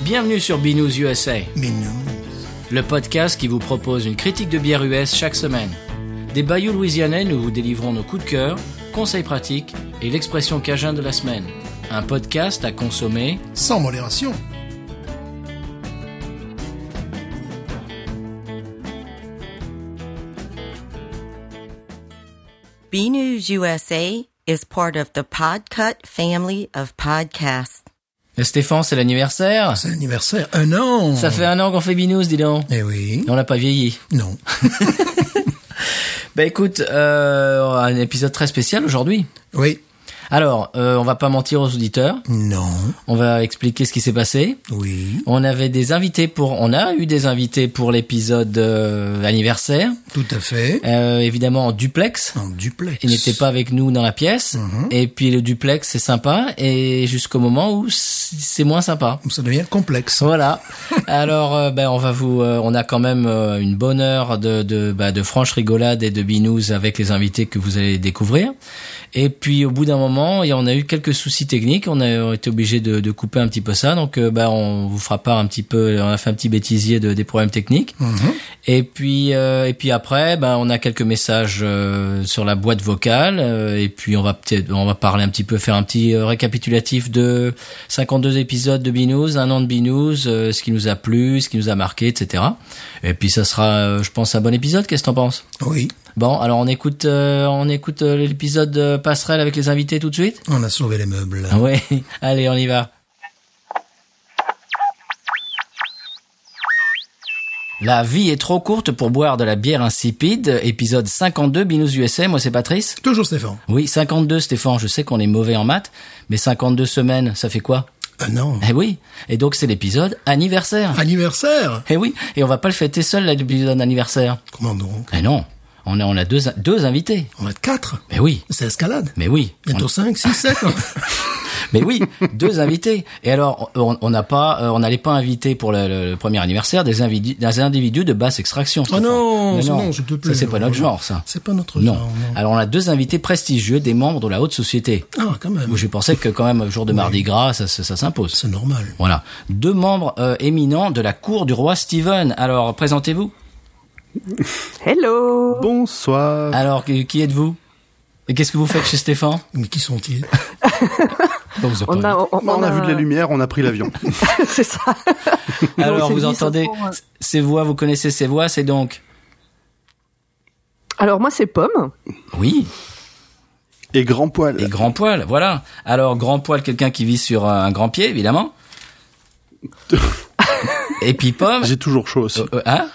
Bienvenue sur Binous USA, Binous, le podcast qui vous propose une critique de bière US chaque semaine. Des bayous louisianais, nous vous délivrons nos coups de cœur, conseils pratiques et l'expression cajun de la semaine. Un podcast à consommer sans modération. BNews USA is part of the Podcut family of podcasts. Et Stéphane, c'est l'anniversaire. C'est l'anniversaire, 1 an. Ça fait 1 an qu'on fait Binous, dis donc. Eh oui. On n'a pas vieilli. Non. Bah écoute, un épisode très spécial aujourd'hui. Oui. Alors, on va pas mentir aux auditeurs. Non. On va expliquer ce qui s'est passé. Oui. On a eu des invités pour l'épisode anniversaire. Tout à fait. Évidemment en duplex. En duplex. Ils n'étaient pas avec nous dans la pièce. Et puis le duplex c'est sympa et jusqu'au moment où c'est moins sympa. Ça devient complexe. Voilà. Alors on a quand même une bonne heure de franche rigolade et de binous avec les invités que vous allez découvrir. Et puis au bout d'un moment, on a eu quelques soucis techniques, on a été obligé de couper un petit peu ça. Donc on vous fera part un petit peu, on a fait un petit bêtisier des problèmes techniques. Et puis après, on a quelques messages sur la boîte vocale et puis on va parler un petit peu, faire un petit récapitulatif de 52 épisodes de Binous, 1 an de Binous, ce qui nous a plu, ce qui nous a marqué, etc. Et puis ça sera, je pense, un bon épisode. Qu'est-ce que t'en penses? Oui. Bon, alors on écoute l'épisode passerelle avec les invités tout de suite. On a sauvé les meubles. Oui, allez, on y va. La vie est trop courte pour boire de la bière insipide. Épisode 52, Binous USA. Moi, c'est Patrice. Toujours Stéphane. Oui, 52, Stéphane. Je sais qu'on est mauvais en maths, mais 52 semaines, ça fait quoi? Non. Eh oui. Et donc, c'est l'épisode anniversaire. Anniversaire. Eh oui. Et on va pas le fêter seul, l'épisode anniversaire. Comment donc? Eh non. On a deux invités. On a 4. Mais oui. C'est escalade. Mais oui. Bientôt 5, 6, 7. Mais oui, 2 invités. Et alors, on n'allait pas inviter pour le premier anniversaire des individus de basse extraction. Oh non, mais non, s'il te plaît. Ça, c'est pas notre genre, ça. C'est pas notre Non. genre, non. Alors, on a 2 invités prestigieux, des membres de la haute société. Ah, quand même. Où j'ai pensé que quand même, le jour de Mardi Gras, ça s'impose. C'est normal. Voilà. 2 membres éminents de la cour du roi Stephen. Alors, présentez-vous. Hello. Bonsoir. Alors, qui êtes-vous? Et qu'est-ce que vous faites chez Stéphane? Mais qui sont-ils? On a vu de la lumière, on a pris l'avion. C'est ça. Alors, vous entendez ces voix, vous connaissez ces voix, c'est donc... Alors, moi, c'est Pomme. Oui. Et Grand Poil. Et Grand Poil, voilà. Alors, Grand Poil, quelqu'un qui vit sur un grand pied, évidemment. Et puis Pomme... J'ai toujours chaud aussi. Hein?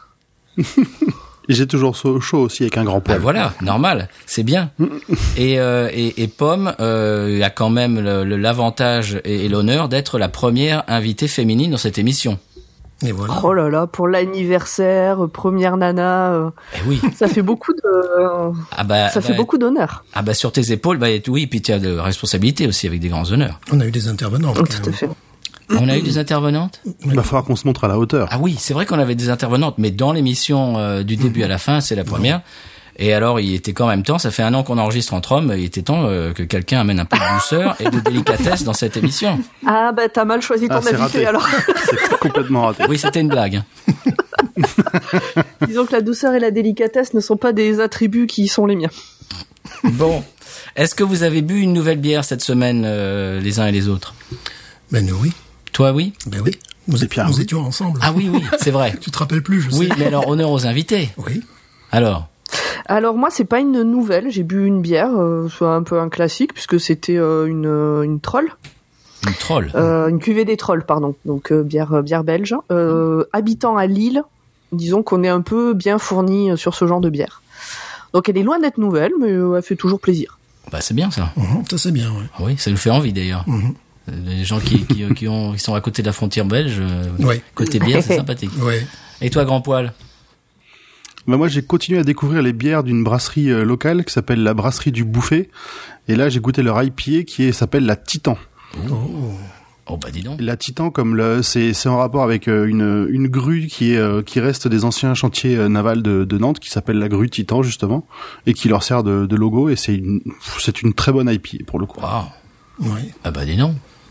Et j'ai toujours chaud aussi avec un grand poil. Voilà, normal, c'est bien. Et Pomme a quand même l'avantage et l'honneur d'être la première invitée féminine dans cette émission. Et voilà. Oh là là, pour l'anniversaire, première nana. Oui. Ça fait beaucoup de. Beaucoup d'honneur. Ah bah sur tes épaules, oui, puis tu as de responsabilités aussi avec des grands honneurs. On a eu des intervenants. Tout à fait. On a eu des intervenantes? Il va falloir qu'on se montre à la hauteur. Ah oui, c'est vrai qu'on avait des intervenantes, mais dans l'émission du début à la fin, c'est la première. Et alors, il était qu'en même temps, ça fait 1 an qu'on enregistre entre hommes, il était temps que quelqu'un amène un peu de douceur et de délicatesse dans cette émission. Ah bah t'as mal choisi ton invité raté. alors. C'est complètement raté. Oui, c'était une blague. Disons que la douceur et la délicatesse ne sont pas des attributs qui sont les miens. Bon, est-ce que vous avez bu une nouvelle bière cette semaine, les uns et les autres? Ben nous, oui. Toi, oui? Ben oui. Nous étions ensemble. Ah oui, c'est vrai. Tu te rappelles plus, je sais. Oui, mais alors, honneur aux invités. Oui. Alors moi, c'est pas une nouvelle. J'ai bu une bière, soit un peu un classique, puisque c'était une troll. Une troll. Une cuvée des trolls, pardon. Donc bière belge. Habitant à Lille, disons qu'on est un peu bien fourni sur ce genre de bière. Donc elle est loin d'être nouvelle, mais elle fait toujours plaisir. Bah c'est bien ça. Ça c'est bien, ouais. Oui, ça nous fait envie d'ailleurs. Les gens qui sont à côté de la frontière belge, côté bière, c'est sympathique. Ouais. Et toi, Grand Poil? Bah moi, j'ai continué à découvrir les bières d'une brasserie locale qui s'appelle la brasserie du Bouffet. Et là, j'ai goûté leur IPA qui s'appelle la Titan. Oh bah dis donc. La Titan, c'est en rapport avec une grue qui reste des anciens chantiers navals de Nantes, qui s'appelle la grue Titan justement, et qui leur sert de logo. Et c'est une très bonne IPA pour le coup. Wow. Ouais. Ah bah dis donc.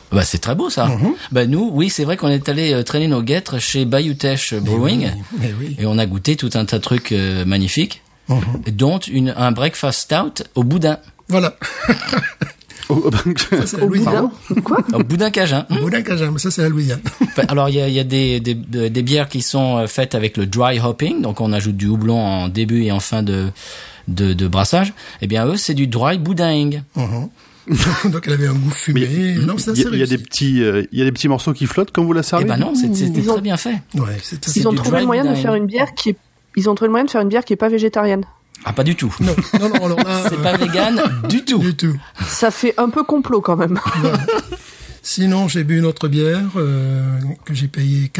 Bah c'est très beau ça. Bah nous, oui, c'est vrai qu'on est allé traîner nos guêtres chez Bayou Teche Brewing et on a goûté tout un tas de trucs magnifiques, dont un breakfast stout au boudin. Voilà. Oh, Ça, c'est la Louisiane. Quoi? Au boudin cajun. Au boudin cajun, mais ça, c'est la Louisiane. Alors il y a des bières qui sont faites avec le dry hopping, donc on ajoute du houblon en début et en fin de brassage. Eh bien eux, c'est du dry boudin. Donc elle avait un goût fumé. Non, ça, il y a des petits morceaux qui flottent quand vous la servez. Eh ben non, c'était très bien fait. Ouais, Ils ont du trouvé dry le moyen de boudin. faire une bière qui est pas végétarienne. Ah pas du tout. Non, alors là, C'est pas vegan du tout. du tout. Ça fait un peu complot quand même. Sinon, j'ai bu une autre bière que j'ai payé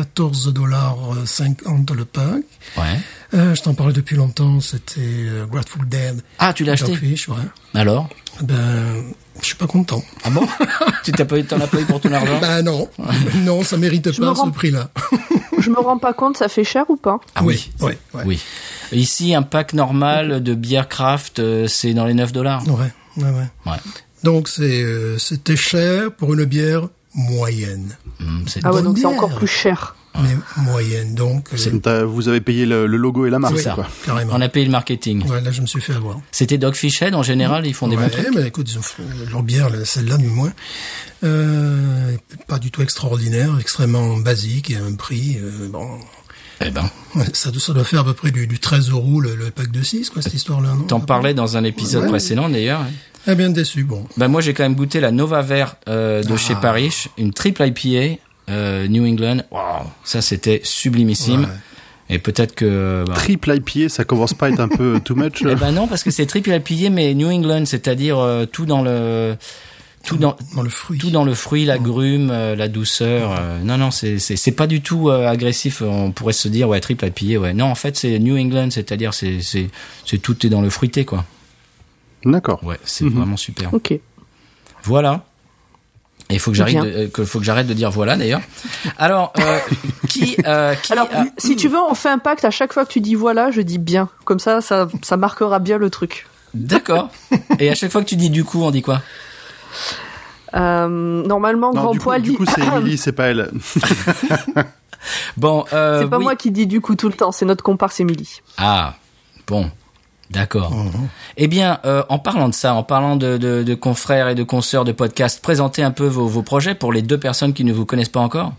$14.50 le pack. Ouais. Je t'en parlais depuis longtemps. C'était Grateful Dead. Ah, tu l'as acheté? Dogfish, ouais. Alors? Ben, je suis pas content. Ah bon? T'en as pas eu pour ton argent? Ben non, non, ça mérite me pas rends- ce prix-là. Je me rends pas compte, ça fait cher ou pas? Ah oui. Oui. Oui. Ici, un pack normal de bière craft, c'est dans les $9. Ouais. Donc c'était cher pour une bière moyenne. C'est Ah ouais, bonne donc c'est bière. encore plus cher. Mais moyenne, donc. Vous avez payé le logo et la marque, oui, ça. quoi. Carrément. On a payé le marketing. Ouais, là, je me suis fait avoir. C'était Dogfish Head, en général, ils font des bons trucs. mais écoute, leur bière, celle-là du moins, pas du tout extraordinaire, extrêmement basique et à un prix, bon. Eh ben, Ouais, ça doit faire à peu près du 13 € le pack de 6, quoi, cette histoire-là, non? t'en parlais dans un épisode Ouais. précédent, d'ailleurs. Eh bien, déçu, bon. Ben, moi, j'ai quand même goûté la Nova Vert de chez Parrish, une triple IPA, New England. Wow, ça, c'était sublimissime. Ouais. Et peut-être que... ben, Triple IPA, ça commence pas à être un peu too much. eh ben non, parce que c'est triple IPA, mais New England, c'est-à-dire tout dans le... Dans le fruit. Tout dans le fruit, l'agrume, la douceur. Non, c'est pas du tout agressif. On pourrait se dire ouais, triple IPA, ouais. Non, en fait, c'est New England, c'est-à-dire c'est tout est dans le fruité, quoi. D'accord. Ouais, c'est vraiment super. Ok. Voilà. Et il faut que j'arrête Bien. faut que j'arrête de dire voilà d'ailleurs. Alors qui Alors, si tu veux, on fait un pacte. À chaque fois que tu dis voilà, je dis bien. Comme ça marquera bien le truc. D'accord. Et à chaque fois que tu dis du coup, on dit quoi? Normalement, Non, grand du coup, poil du dit. coup, c'est Emily, c'est pas elle. Bon, C'est pas oui. moi qui dis du coup tout le temps. C'est notre comparse Émilie. Ah, bon. D'accord. Eh bien, en parlant de ça, en parlant de confrères et de consoeurs de podcasts, présentez un peu vos projets pour les 2 personnes qui ne vous connaissent pas encore.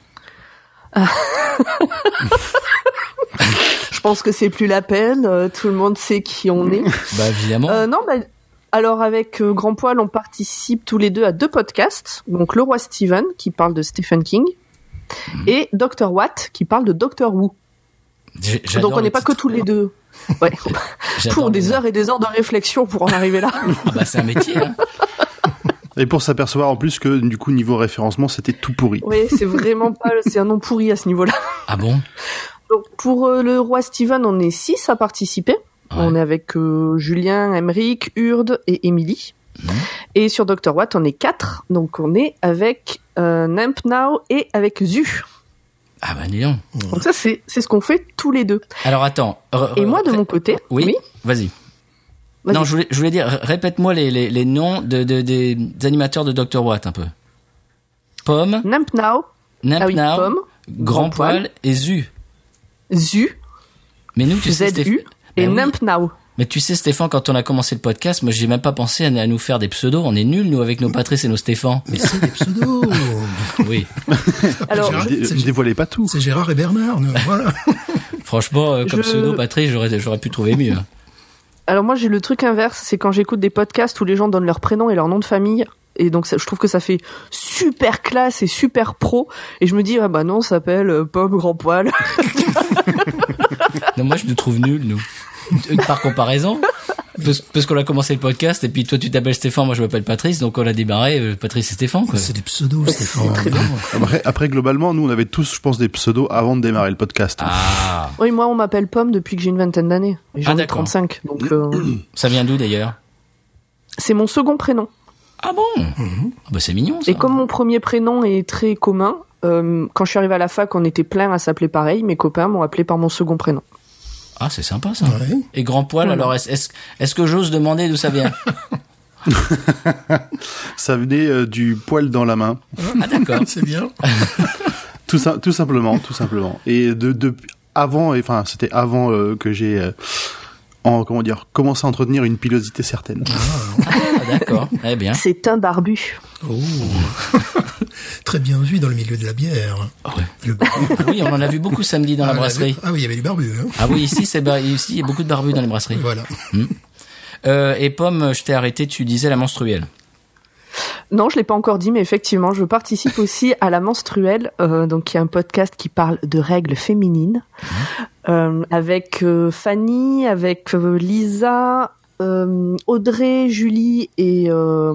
Je pense que c'est plus la peine. Tout le monde sait qui on est. Bah évidemment. Non, alors avec Grand Poil, on participe tous les 2 à 2 podcasts. Donc Le Roi Steven, qui parle de Stephen King, et Dr. Watt, qui parle de Doctor Who. J'adore Donc on le n'est pas que titre. tous les 2. Ouais. J'adore Pour le des nom. heures et des heures de réflexion pour en arriver là. Ah bah c'est un métier. Hein. Et pour s'apercevoir en plus que, du coup, niveau référencement, c'était tout pourri. Oui, c'est vraiment pas, c'est un nom pourri à ce niveau-là. Ah bon? Donc pour Le Roi Steven, on est 6 à participer. Ouais. On est avec Julien, Emeric, Urde et Émilie. Et sur Dr. Watt, on est 4. Donc on est avec Namp Now et avec Zu. Ah bah dis donc. Donc ça, c'est ce qu'on fait tous les 2. Alors attends. Et moi, de mon côté, Oui. Vas-y. Vas-y. Non, je voulais dire, répète-moi les noms des animateurs de Dr. Watt un peu. Pomme, Namp Now, Namp Now, Pomme, Grand Poil et Zu. Zu, Mais nous, tu sais, ZU et Ben oui. Namp Now. Mais tu sais, Stéphane, quand on a commencé le podcast, moi, j'ai même pas pensé à nous faire des pseudos. On est nuls, nous, avec nos Patrice et nos Stéphane. Mais c'est des pseudos. Oui. Alors, Gérard, Ne dévoilez pas tout. c'est Gérard et Bernard, nous, voilà. Franchement, comme Je- pseudo, Patrice, j'aurais pu trouver mieux. Alors moi j'ai le truc inverse, c'est quand j'écoute des podcasts où les gens donnent leur prénom et leur nom de famille, et donc ça, je trouve que ça fait super classe et super pro, et je me dis ah bah non, ça s'appelle Pomme Grand Poil. Non, moi, je nous trouve nuls, nous. Par comparaison. Parce qu'on a commencé le podcast, et puis toi, tu t'appelles Stéphane, moi, je m'appelle Patrice, donc on a démarré Patrice et Stéphane, quoi. C'est des pseudos, Stéphane. Après, globalement, nous, on avait tous, je pense, des pseudos avant de démarrer le podcast. Ah. Oui, moi on m'appelle Pomme depuis que j'ai une vingtaine d'années, et j'en ai d'accord. 35, donc Ça vient d'où, d'ailleurs? c'est mon second prénom. Ah bon? Ah bah, c'est mignon, ça. Et comme mon premier prénom est très commun, quand je suis arrivée à la fac, on était plein à s'appeler pareil, mes copains m'ont appelé par mon second prénom. Ah, c'est sympa, ça. Ouais. Et Grand Poil, Voilà. alors, est-ce que j'ose demander d'où ça vient? Ça venait du poil dans la main. Ah d'accord. C'est bien. Tout simplement. Et c'était avant que j'ai commencé à entretenir une pilosité certaine. Ah d'accord. Eh bien. C'est un barbu. Oh. Très bien vu dans le milieu de la bière. Ouais. Le barbu. Ah oui, on en a vu beaucoup samedi dans la brasserie. Ah oui, il y avait du barbu. Hein. Ah oui, ici il y a beaucoup de barbus dans les brasseries. Voilà. Et Pomme, je t'ai arrêté, tu disais la menstruelle. Non, je l'ai pas encore dit, mais effectivement, je participe aussi à La Menstruelle, donc qui est un podcast qui parle de règles féminines, avec Fanny, avec Lisa, Audrey, Julie et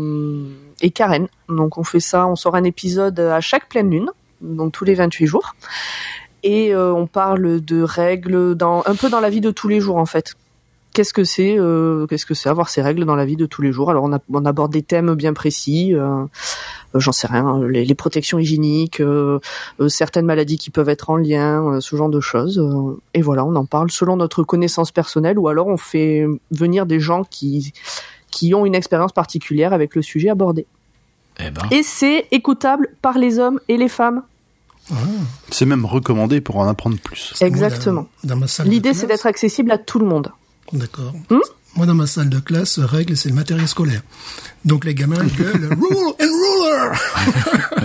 Karen. Donc on fait ça, on sort un épisode à chaque pleine lune, donc tous les 28 jours, et on parle de règles un peu dans la vie de tous les jours en fait. Qu'est-ce que c'est avoir ces règles dans la vie de tous les jours? Alors on aborde des thèmes bien précis, j'en sais rien, les protections hygiéniques, certaines maladies qui peuvent être en lien, ce genre de choses. Et voilà, on en parle selon notre connaissance personnelle, ou alors on fait venir des gens qui ont une expérience particulière avec le sujet abordé. Eh ben. Et c'est écoutable par les hommes et les femmes. C'est même recommandé pour en apprendre plus. Exactement. Dans ma salle L'idée, de c'est classe- d'être accessible à tout le monde. D'accord. Moi, dans ma salle de classe, règle, c'est le matériel scolaire. Donc, les gamins gueulent « Rule and ruler !»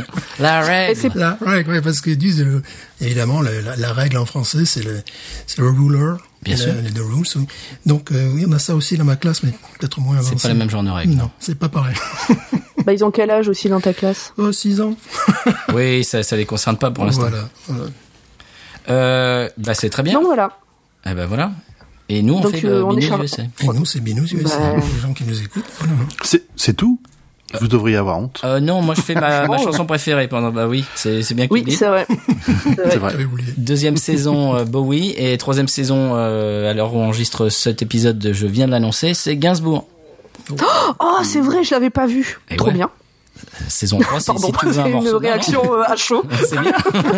La règle. La règle, ouais, parce qu'ils disent, évidemment, la règle en français, c'est le ruler. Bien sûr. The rules. Oui. Donc, oui, on a ça aussi dans ma classe, mais peut-être moins avancé. C'est pas le même genre de règle. Non, c'est pas pareil. Ils ont quel âge aussi dans ta classe? 6 ans. Oui, ça les concerne pas pour l'instant. Voilà. C'est très bien. Donc voilà. Eh ben voilà. Et nous, on Donc, fait le on est Binous USA. Et nous, c'est Binous USA. Les gens qui nous écoutent. Voilà. C'est tout? Vous devriez avoir honte. Non, moi je fais ma chanson préférée pendant. Bah oui, c'est bien qu'il Oui, c'est vrai. C'est vrai. J'avais oublié. Deuxième saison Bowie et troisième saison à l'heure où on enregistre cet épisode, je viens de l'annoncer, c'est Gainsbourg. Oh, c'est vrai, je l'avais pas vu. Et Trop ouais. bien. Saison 3, Pardon, si tu veux un c'est une morceau. réaction à chaud. C'est bien.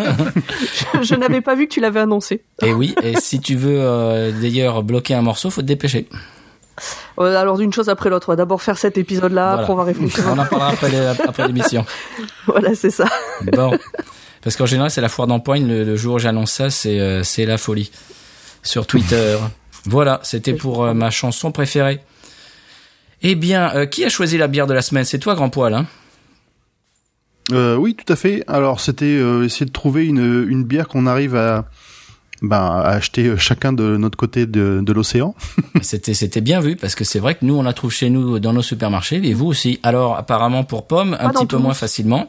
Je n'avais pas vu que tu l'avais annoncé. Et oui, et si tu veux d'ailleurs bloquer un morceau, faut te dépêcher. Alors d'une chose après l'autre, on va d'abord faire cet épisode-là, Voilà. après on va réfléchir. On en parlera après l'émission. Voilà, c'est ça. Bon, parce qu'en général, c'est la foire d'empoigne. Le jour où j'annonce ça, c'est la folie sur Twitter. Voilà, c'était pour ma chanson préférée. Eh bien, qui a choisi la bière de la semaine? C'est toi, Grand Poil, hein? Oui, tout à fait. Alors, c'était essayer de trouver une bière qu'on arrive à acheter chacun de notre côté de l'océan. C'était bien vu, parce que c'est vrai que nous, on la trouve chez nous dans nos supermarchés, et vous aussi. Alors, apparemment, pour Pomme, un petit peu moins facilement.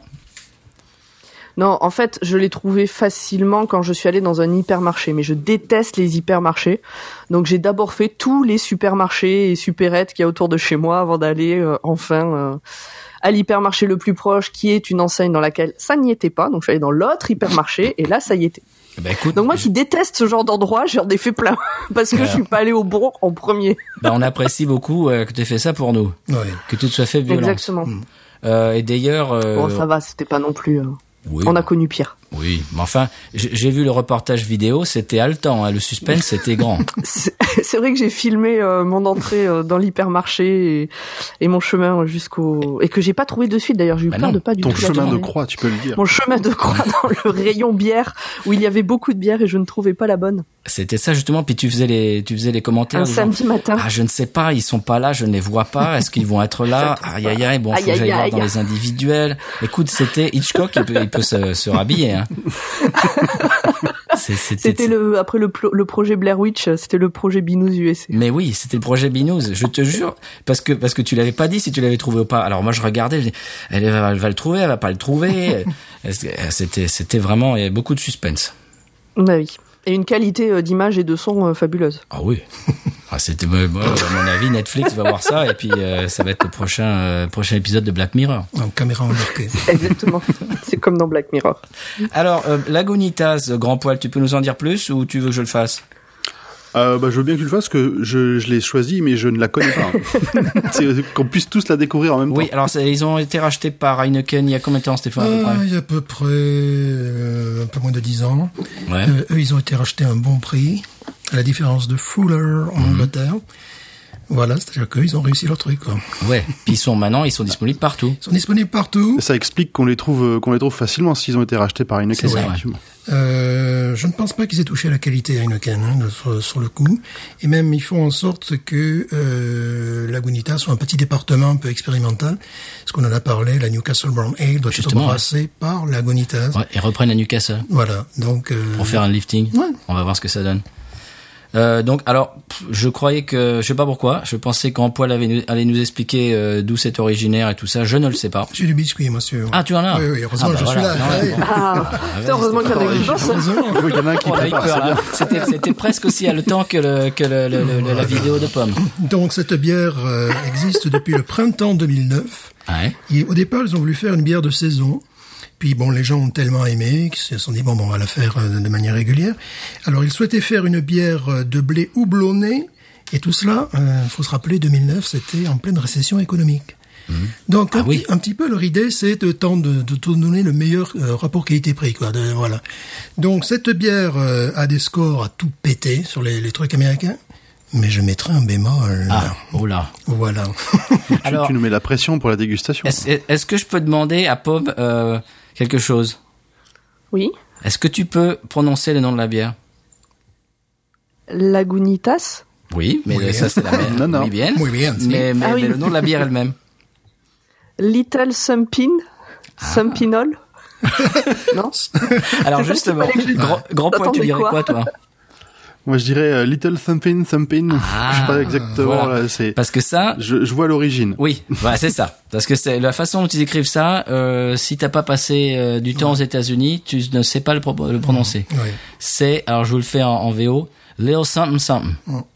Non, en fait, je l'ai trouvé facilement quand je suis allée dans un hypermarché, mais je déteste les hypermarchés. Donc j'ai d'abord fait tous les supermarchés et supérettes qu'il y a autour de chez moi avant d'aller à l'hypermarché le plus proche, qui est une enseigne dans laquelle ça n'y était pas. Donc je suis allée dans l'autre hypermarché et là ça y était. Bah, écoute, Donc moi qui déteste ce genre d'endroit, j'en ai fait plein parce que je suis pas allée au bon en premier. on apprécie beaucoup que tu aies fait ça pour nous, Ouais. que tu te sois fait violence. Exactement. Et d'ailleurs, Bon, ça va, c'était pas non plus. oui, On a connu pire. oui, mais enfin, j'ai vu le reportage vidéo, c'était haletant, hein, le suspense c'était grand. C'est vrai que j'ai filmé mon entrée dans l'hypermarché et mon chemin jusqu'au... Et que j'ai pas trouvé de suite, d'ailleurs. J'ai eu Bah peur non, de pas du Ton tout la chemin de trouver. croix, tu peux le dire. Mon chemin de croix dans le rayon bière, où il y avait beaucoup de bière et je ne trouvais pas la bonne. C'était ça justement, puis tu faisais les commentaires. Un du genre, samedi matin. ah, je ne sais pas, ils sont pas là, je ne les vois pas, est-ce qu'ils vont être là? Aïe aïe aïe, bon, faut Aïe, que j'aille aïe, voir aïe. dans les individuels. Écoute, c'était Hitchcock, il peut se rhabiller, hein. C'était après le projet Blair Witch, c'était le projet Binous USA. Mais oui, c'était le projet Binous, je te jure, parce que tu l'avais pas dit si tu l'avais trouvé ou pas. Alors moi je regardais, je dis, elle va le trouver, elle va pas le trouver. C'était vraiment, il y avait beaucoup de suspense. Bah oui. Et une qualité d'image et de son fabuleuse. Ah oui. Ah, c'était moi, à mon avis, Netflix va voir ça et puis ça va être le prochain épisode de Black Mirror. En caméra embarquée. Exactement. C'est comme dans Black Mirror. Alors, Lagunitas, Grand Poil, tu peux nous en dire plus ou tu veux que je le fasse? Je veux bien que tu le fasses, que je l'ai choisi, mais je ne la connais pas. C'est qu'on puisse tous la découvrir en même Oui, temps. alors ils ont été rachetés par Heineken il y a combien de temps, Stéphane, à peu près? Il y a à peu près un peu moins de 10 ans. Ouais. Eux, ils ont été rachetés à un bon prix, à la différence de Fuller en Angleterre. Voilà, c'est-à-dire qu'ils ont réussi leur truc, quoi. Ouais. Puis ils sont disponibles partout. Ils sont disponibles partout. Ça explique qu'on les trouve facilement s'ils ont été rachetés par Heineken. C'est ça, effectivement. Je ne pense pas qu'ils aient touché à la qualité Heineken, sur le coup. Et même, ils font en sorte que Lagunitas soit un petit département un peu expérimental. Parce qu'on en a parlé, la Newcastle Brown Ale doit être brassée par Lagunitas. Ouais, ils reprennent à Newcastle. Voilà, donc... Pour faire un lifting. Ouais. On va voir ce que ça donne. Donc, alors, je croyais que, je sais pas pourquoi, je pensais qu'Ampoil allait nous expliquer d'où c'est originaire et tout ça. Je ne le sais pas. J'ai du biscuit, monsieur. Ah, tu en as? Oui, heureusement, je suis là. Ouais. Heureusement qu'il y en a une bosse. Il y en a un qui prépare, c'est bien. C'était presque aussi à le temps que la vidéo de Pomme. Donc, cette bière existe depuis le printemps 2009. Ouais. Et au départ, ils ont voulu faire une bière de saison. Puis bon, les gens ont tellement aimé qu'ils se sont dit, bon, on va la faire de manière régulière. Alors, ils souhaitaient faire une bière de blé houblonné. Et tout cela, faut se rappeler, 2009, c'était en pleine récession économique. Donc, un petit peu, leur idée, c'est de donner le meilleur rapport qualité-prix, quoi. Voilà. Donc, cette bière a des scores à tout péter sur les trucs américains. Mais je mettrai un bémol. Ah, oh là. Voilà. Alors, tu nous mets la pression pour la dégustation. Est-ce que je peux demander à Pomme quelque chose? Oui. Est-ce que tu peux prononcer le nom de la bière? Lagunitas. Oui, mais ça c'est la même. Non. Muy bien. Muy bien, si. Mais le nom de la bière elle-même. Little Sumpin. Sumpinol. Non. Alors justement, grand point, tu dirais quoi toi? Moi, je dirais Little Thumpin. Ah, je sais pas exactement. voilà. Là, c'est. Parce que ça. Je vois l'origine. Oui, voilà, c'est ça. Parce que c'est la façon dont ils écrivent ça. Si t'as pas passé du temps aux États-Unis, tu ne sais pas le prononcer. Oui. C'est, alors je vous le fais en VO, Little something something.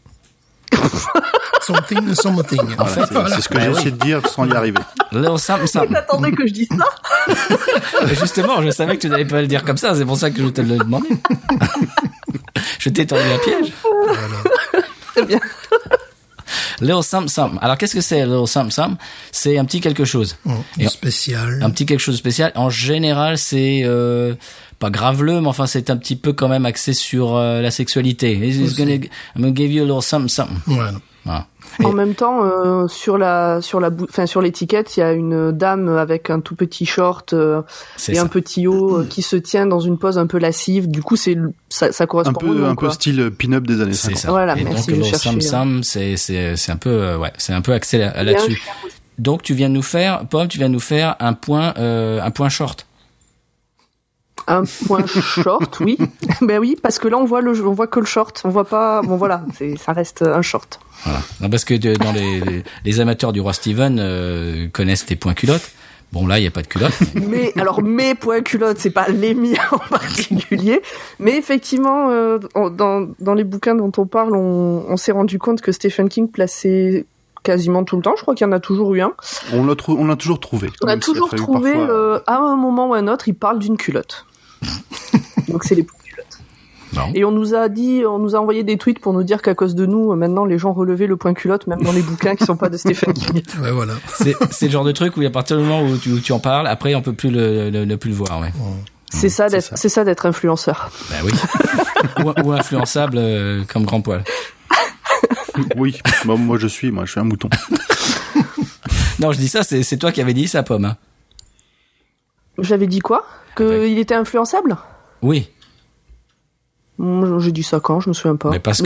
Something. En fait, c'est ce que j'ai essayé de dire sans y arriver. Little something something. T'attendais que je dise ça? Justement, je savais que tu n'allais pas le dire comme ça. C'est pour ça que je te le demandais. Je t'ai tendu un piège. Voilà. Très bien. Little something something. Alors qu'est-ce que c'est Little something something? C'est un petit quelque chose. Spécial. Un petit quelque chose de spécial. En général, c'est pas graveleux, mais enfin c'est un petit peu quand même axé sur la sexualité. I'm gonna give you a little something something. Voilà. Voilà. En même temps, sur l'étiquette, il y a une dame avec un tout petit short et un petit haut qui se tient dans une pose un peu lascive. Du coup, ça correspond au nom, un peu style pin-up des années 50. C'est ça. Voilà, et merci, donc je le cherchais, Sam c'est un peu c'est un peu axé là-dessus. Donc tu viens de nous faire un point short. Un point short, oui. Ben oui, parce que là on voit que le short, on voit pas. Bon voilà, ça reste un short. Voilà. Non, parce que dans les amateurs du roi Steven connaissent tes points culottes. Bon là, il y a pas de culottes. Mais alors mes points culottes, c'est pas les miens en particulier, mais effectivement dans les bouquins dont on parle, on s'est rendu compte que Stephen King plaçait quasiment tout le temps, je crois qu'il y en a toujours eu un. On l'a toujours trouvé. On a toujours trouvé, à un moment ou à un autre, il parle d'une culotte. Donc c'est les points culottes. Non. Et on nous a envoyé des tweets pour nous dire qu'à cause de nous, maintenant les gens relevaient le point culotte, même dans les bouquins qui sont pas de Stephen King. Ouais, voilà. C'est le genre de truc où à partir du moment où tu en parles, après on peut plus ne plus le voir, ouais. C'est ça d'être influenceur. Ben oui. ou influençable comme Grand Poil. Oui, moi je suis un mouton. Non, je dis ça, c'est toi qui avais dit ça, Pomme. Hein. J'avais dit quoi? Il était influençable? Oui. J'ai dit ça quand? Je me souviens pas. Mais parce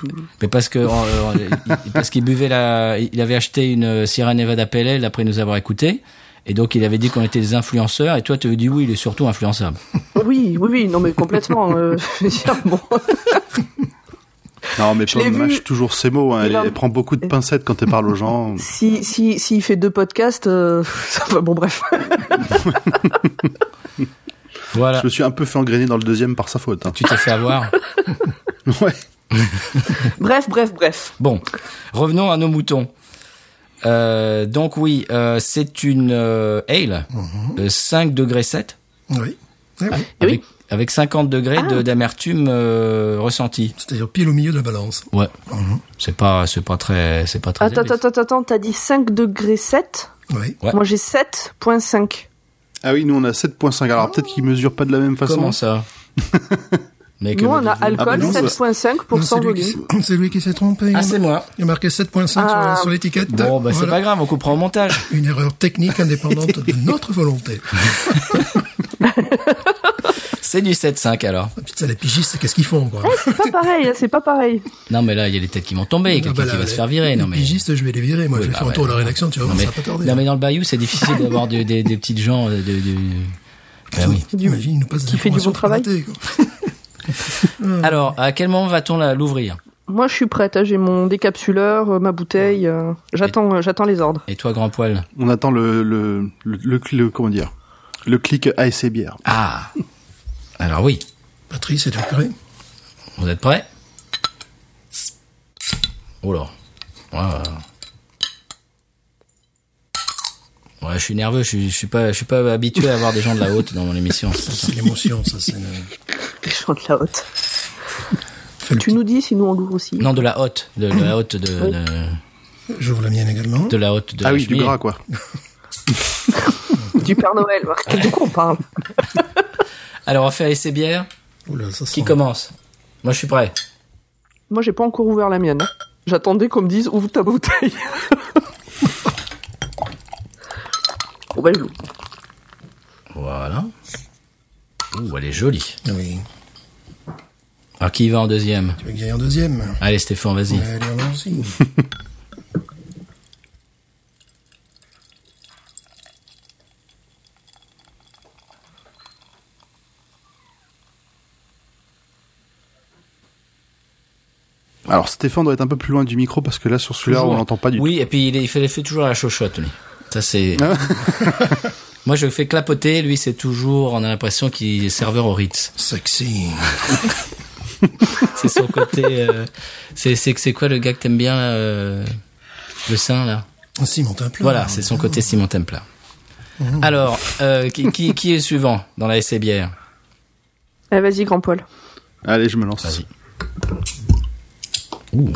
qu'il buvait il avait acheté une Sierra Nevada Pale Ale après nous avoir écouté. Et donc, il avait dit qu'on était des influenceurs, et toi, tu avais dit oui, il est surtout influençable. Oui, non, mais complètement. Bon. Non, mais Pomme mâche toujours ses mots, hein. Elle prend beaucoup de pincettes quand elle parle aux gens. S'il fait 2 podcasts, bon, bref. Voilà. Je me suis un peu fait engrainer dans le 2e par sa faute. Hein. Tu t'es fait avoir. Ouais. Bref. Bon, revenons à nos moutons. Donc oui, c'est une ale, 5 degrés 7. Oui. Avec 50 degrés d'amertume ressentie. C'est-à-dire pile au milieu de la balance. Ouais. C'est pas très Attends, t'as dit 5 degrés 7? Oui. Ouais. Moi j'ai 7.5. Ah oui, nous on a 7.5. Alors peut-être qu'ils mesurent pas de la même façon. Comment ça? Mais que Nous, on a me dites-vous alcool nous, 7,5% volume. C'est lui qui s'est trompé. Ah, c'est moi. Il a marqué 7,5 Ah. sur l'étiquette. Bon, bah, c'est Voilà. pas grave, on coupera au montage. Une erreur technique indépendante de notre volonté. C'est du 7,5 alors. Ah, putain, les pigistes, qu'est-ce qu'ils font, quoi? C'est pas pareil, c'est pas pareil. Non, mais là, il y a les têtes qui vont tomber, quelqu'un Ah, bah, qui là, va se faire virer. Les Non, mais. pigistes, je vais les virer. Moi, Oui, je vais bah, faire un ouais, tour de la ouais. rédaction, tu vois, Non, mais, ça va pas tarder. non, mais dans le Bayou, c'est difficile d'avoir des petits gens Bah oui. Imagine, il nous passe des Qui fait du bon informations travail. formatées, quoi. Alors, à quel moment va-t-on l'ouvrir? Moi, je suis prête. J'ai mon décapsuleur, ma bouteille. J'attends les ordres. Et toi, grand poil? On attend le comment dire, le clic ASC bière. Ah! Alors oui. Patrice, es-tu prêt? Vous êtes prêts? Oh là. Ouais, je suis nerveux, je suis pas habitué à avoir des gens de la haute dans mon émission. C'est l'émotion, ça, c'est... Je chante la haute. Fais le Tu nous dis si nous on l'ouvre aussi. Non, de la haute, de la haute Oui. petit- J'ouvre la mienne également. de la haute de Ah la oui, du cheminée. gras quoi. Du Père Noël. De quoi on parle? Alors, on fait essai bière. Oula, ça Qui sent... commence? Moi, je suis prêt. Moi, j'ai pas encore ouvert la mienne. J'attendais qu'on me dise ouvre ta bouteille. Bon, bah, je l'ouvre. Voilà. Ouh, elle est jolie. Oui. Alors, qui y va en deuxième? Tu veux que j'aille en deuxième? Allez, Stéphane, vas-y. Ouais, allez, allons-y. Alors Stéphane doit être un peu plus loin du micro parce que là sur celui-là Toujours. on l'entend pas du tout. Oui, et puis il fait toujours la chochotte, lui. Ça, c'est... Moi, je le fais clapoter. Lui, c'est toujours... On a l'impression qu'il est serveur au Ritz. Sexy. C'est son côté... C'est quoi le gars que t'aimes bien, là, le sein, là? Simon Templar. Voilà, c'est son côté Simon Templar. Alors, qui est suivant dans la essai bière? Eh, vas-y, grand poil. Allez, je me lance. Vas-y. Ouh.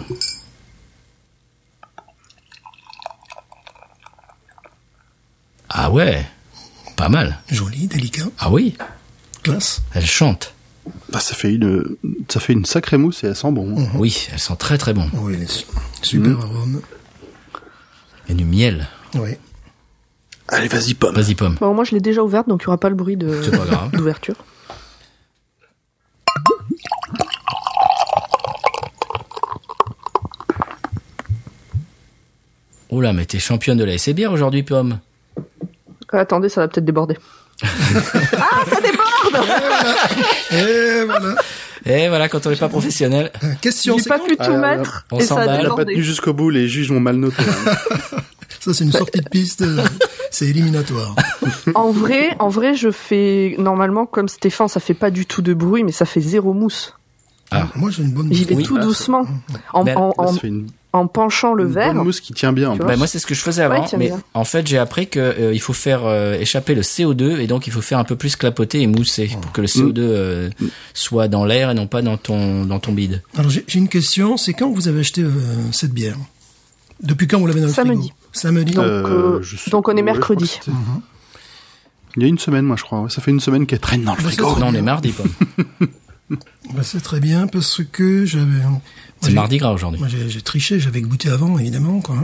Ah ouais, pas mal. Joli, délicat, Ah oui, classe. elle chante. Ah, ça fait une sacrée mousse et elle sent bon. Oui, elle sent très très bon. Oui, super arôme. Et du miel. Oui. Allez, vas-y pomme. Vas-y, pomme. Bon, moi, je l'ai déjà ouverte, donc il n'y aura pas le bruit C'est pas grave. d'ouverture. Oh là, mais t'es championne de la essai bière aujourd'hui, pomme. Attendez, ça va peut-être déborder. Ah, ça déborde! Et voilà. Et voilà, quand on n'est pas professionnel, Question, J'ai c'est pas quand pu tout Ah, mettre on et ça a s'emballe. Elle a pas débordé. tenu jusqu'au bout, les juges m'ont mal noté. Ça, c'est une sortie de piste. C'est éliminatoire. En vrai, je fais normalement comme Stéphane, ça fait pas du tout de bruit, mais ça fait zéro mousse. Ah. Moi, j'ai une bonne... J'y vais Oui, tout ah, doucement, en, Mais en, Là, en, ça fait une en penchant le verre. bonne mousse qui tient bien. en Tu plus. vois. bah, moi c'est ce que je faisais avant, Ouais, tiens mais bien. en fait j'ai appris que il faut faire échapper le CO2 et donc il faut faire un peu plus clapoter et mousser pour que le CO2 soit dans l'air et non pas dans ton bide. Alors, j'ai une question. C'est quand vous avez acheté cette bière? Depuis quand vous l'avez dans le Samedi. frigo? Samedi. Donc, Je sais- donc on est ouais, je mercredi. crois que c'était- Il y a une semaine, moi, je crois. Ouais, ça fait une semaine qu'elle traîne dans le Bah, frigo. c'est- Non, on est mardi, pomme. Bah, c'est très bien parce que j'avais... moi, C'est j'ai- mardi gras aujourd'hui. Moi, j'ai triché. J'avais goûté avant, évidemment, quoi.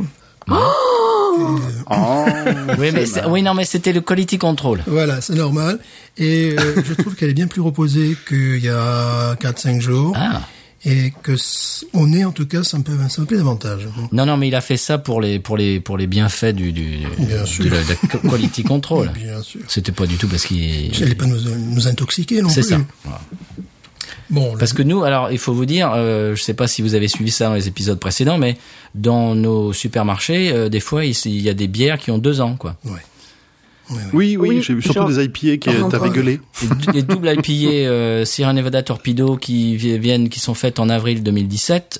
Oh, Oui, mais oui, non, mais c'était le quality control. Voilà, c'est normal. Et je trouve qu'elle est bien plus reposée qu'il y a 4-5 jours. Ah. Et que au nez, en tout cas, ça me plaît davantage. Non, mais il a fait ça pour les bienfaits Bien sûr. de la quality control. Bien sûr. C'était pas du tout parce qu'il... J'allais pas nous intoxiquer non C'est plus. ça. Voilà. Bon, Parce que nous, alors, il faut vous dire, je sais pas si vous avez suivi ça dans les épisodes précédents, mais dans nos supermarchés, des fois, il y a des bières qui ont 2 ans, quoi. ouais. Oui, Oui, j'ai vu surtout genre- des IPA qui Pardon, t'avaient gueulé. Les doubles IPA Sierra Nevada Torpedo qui sont faites en avril 2017.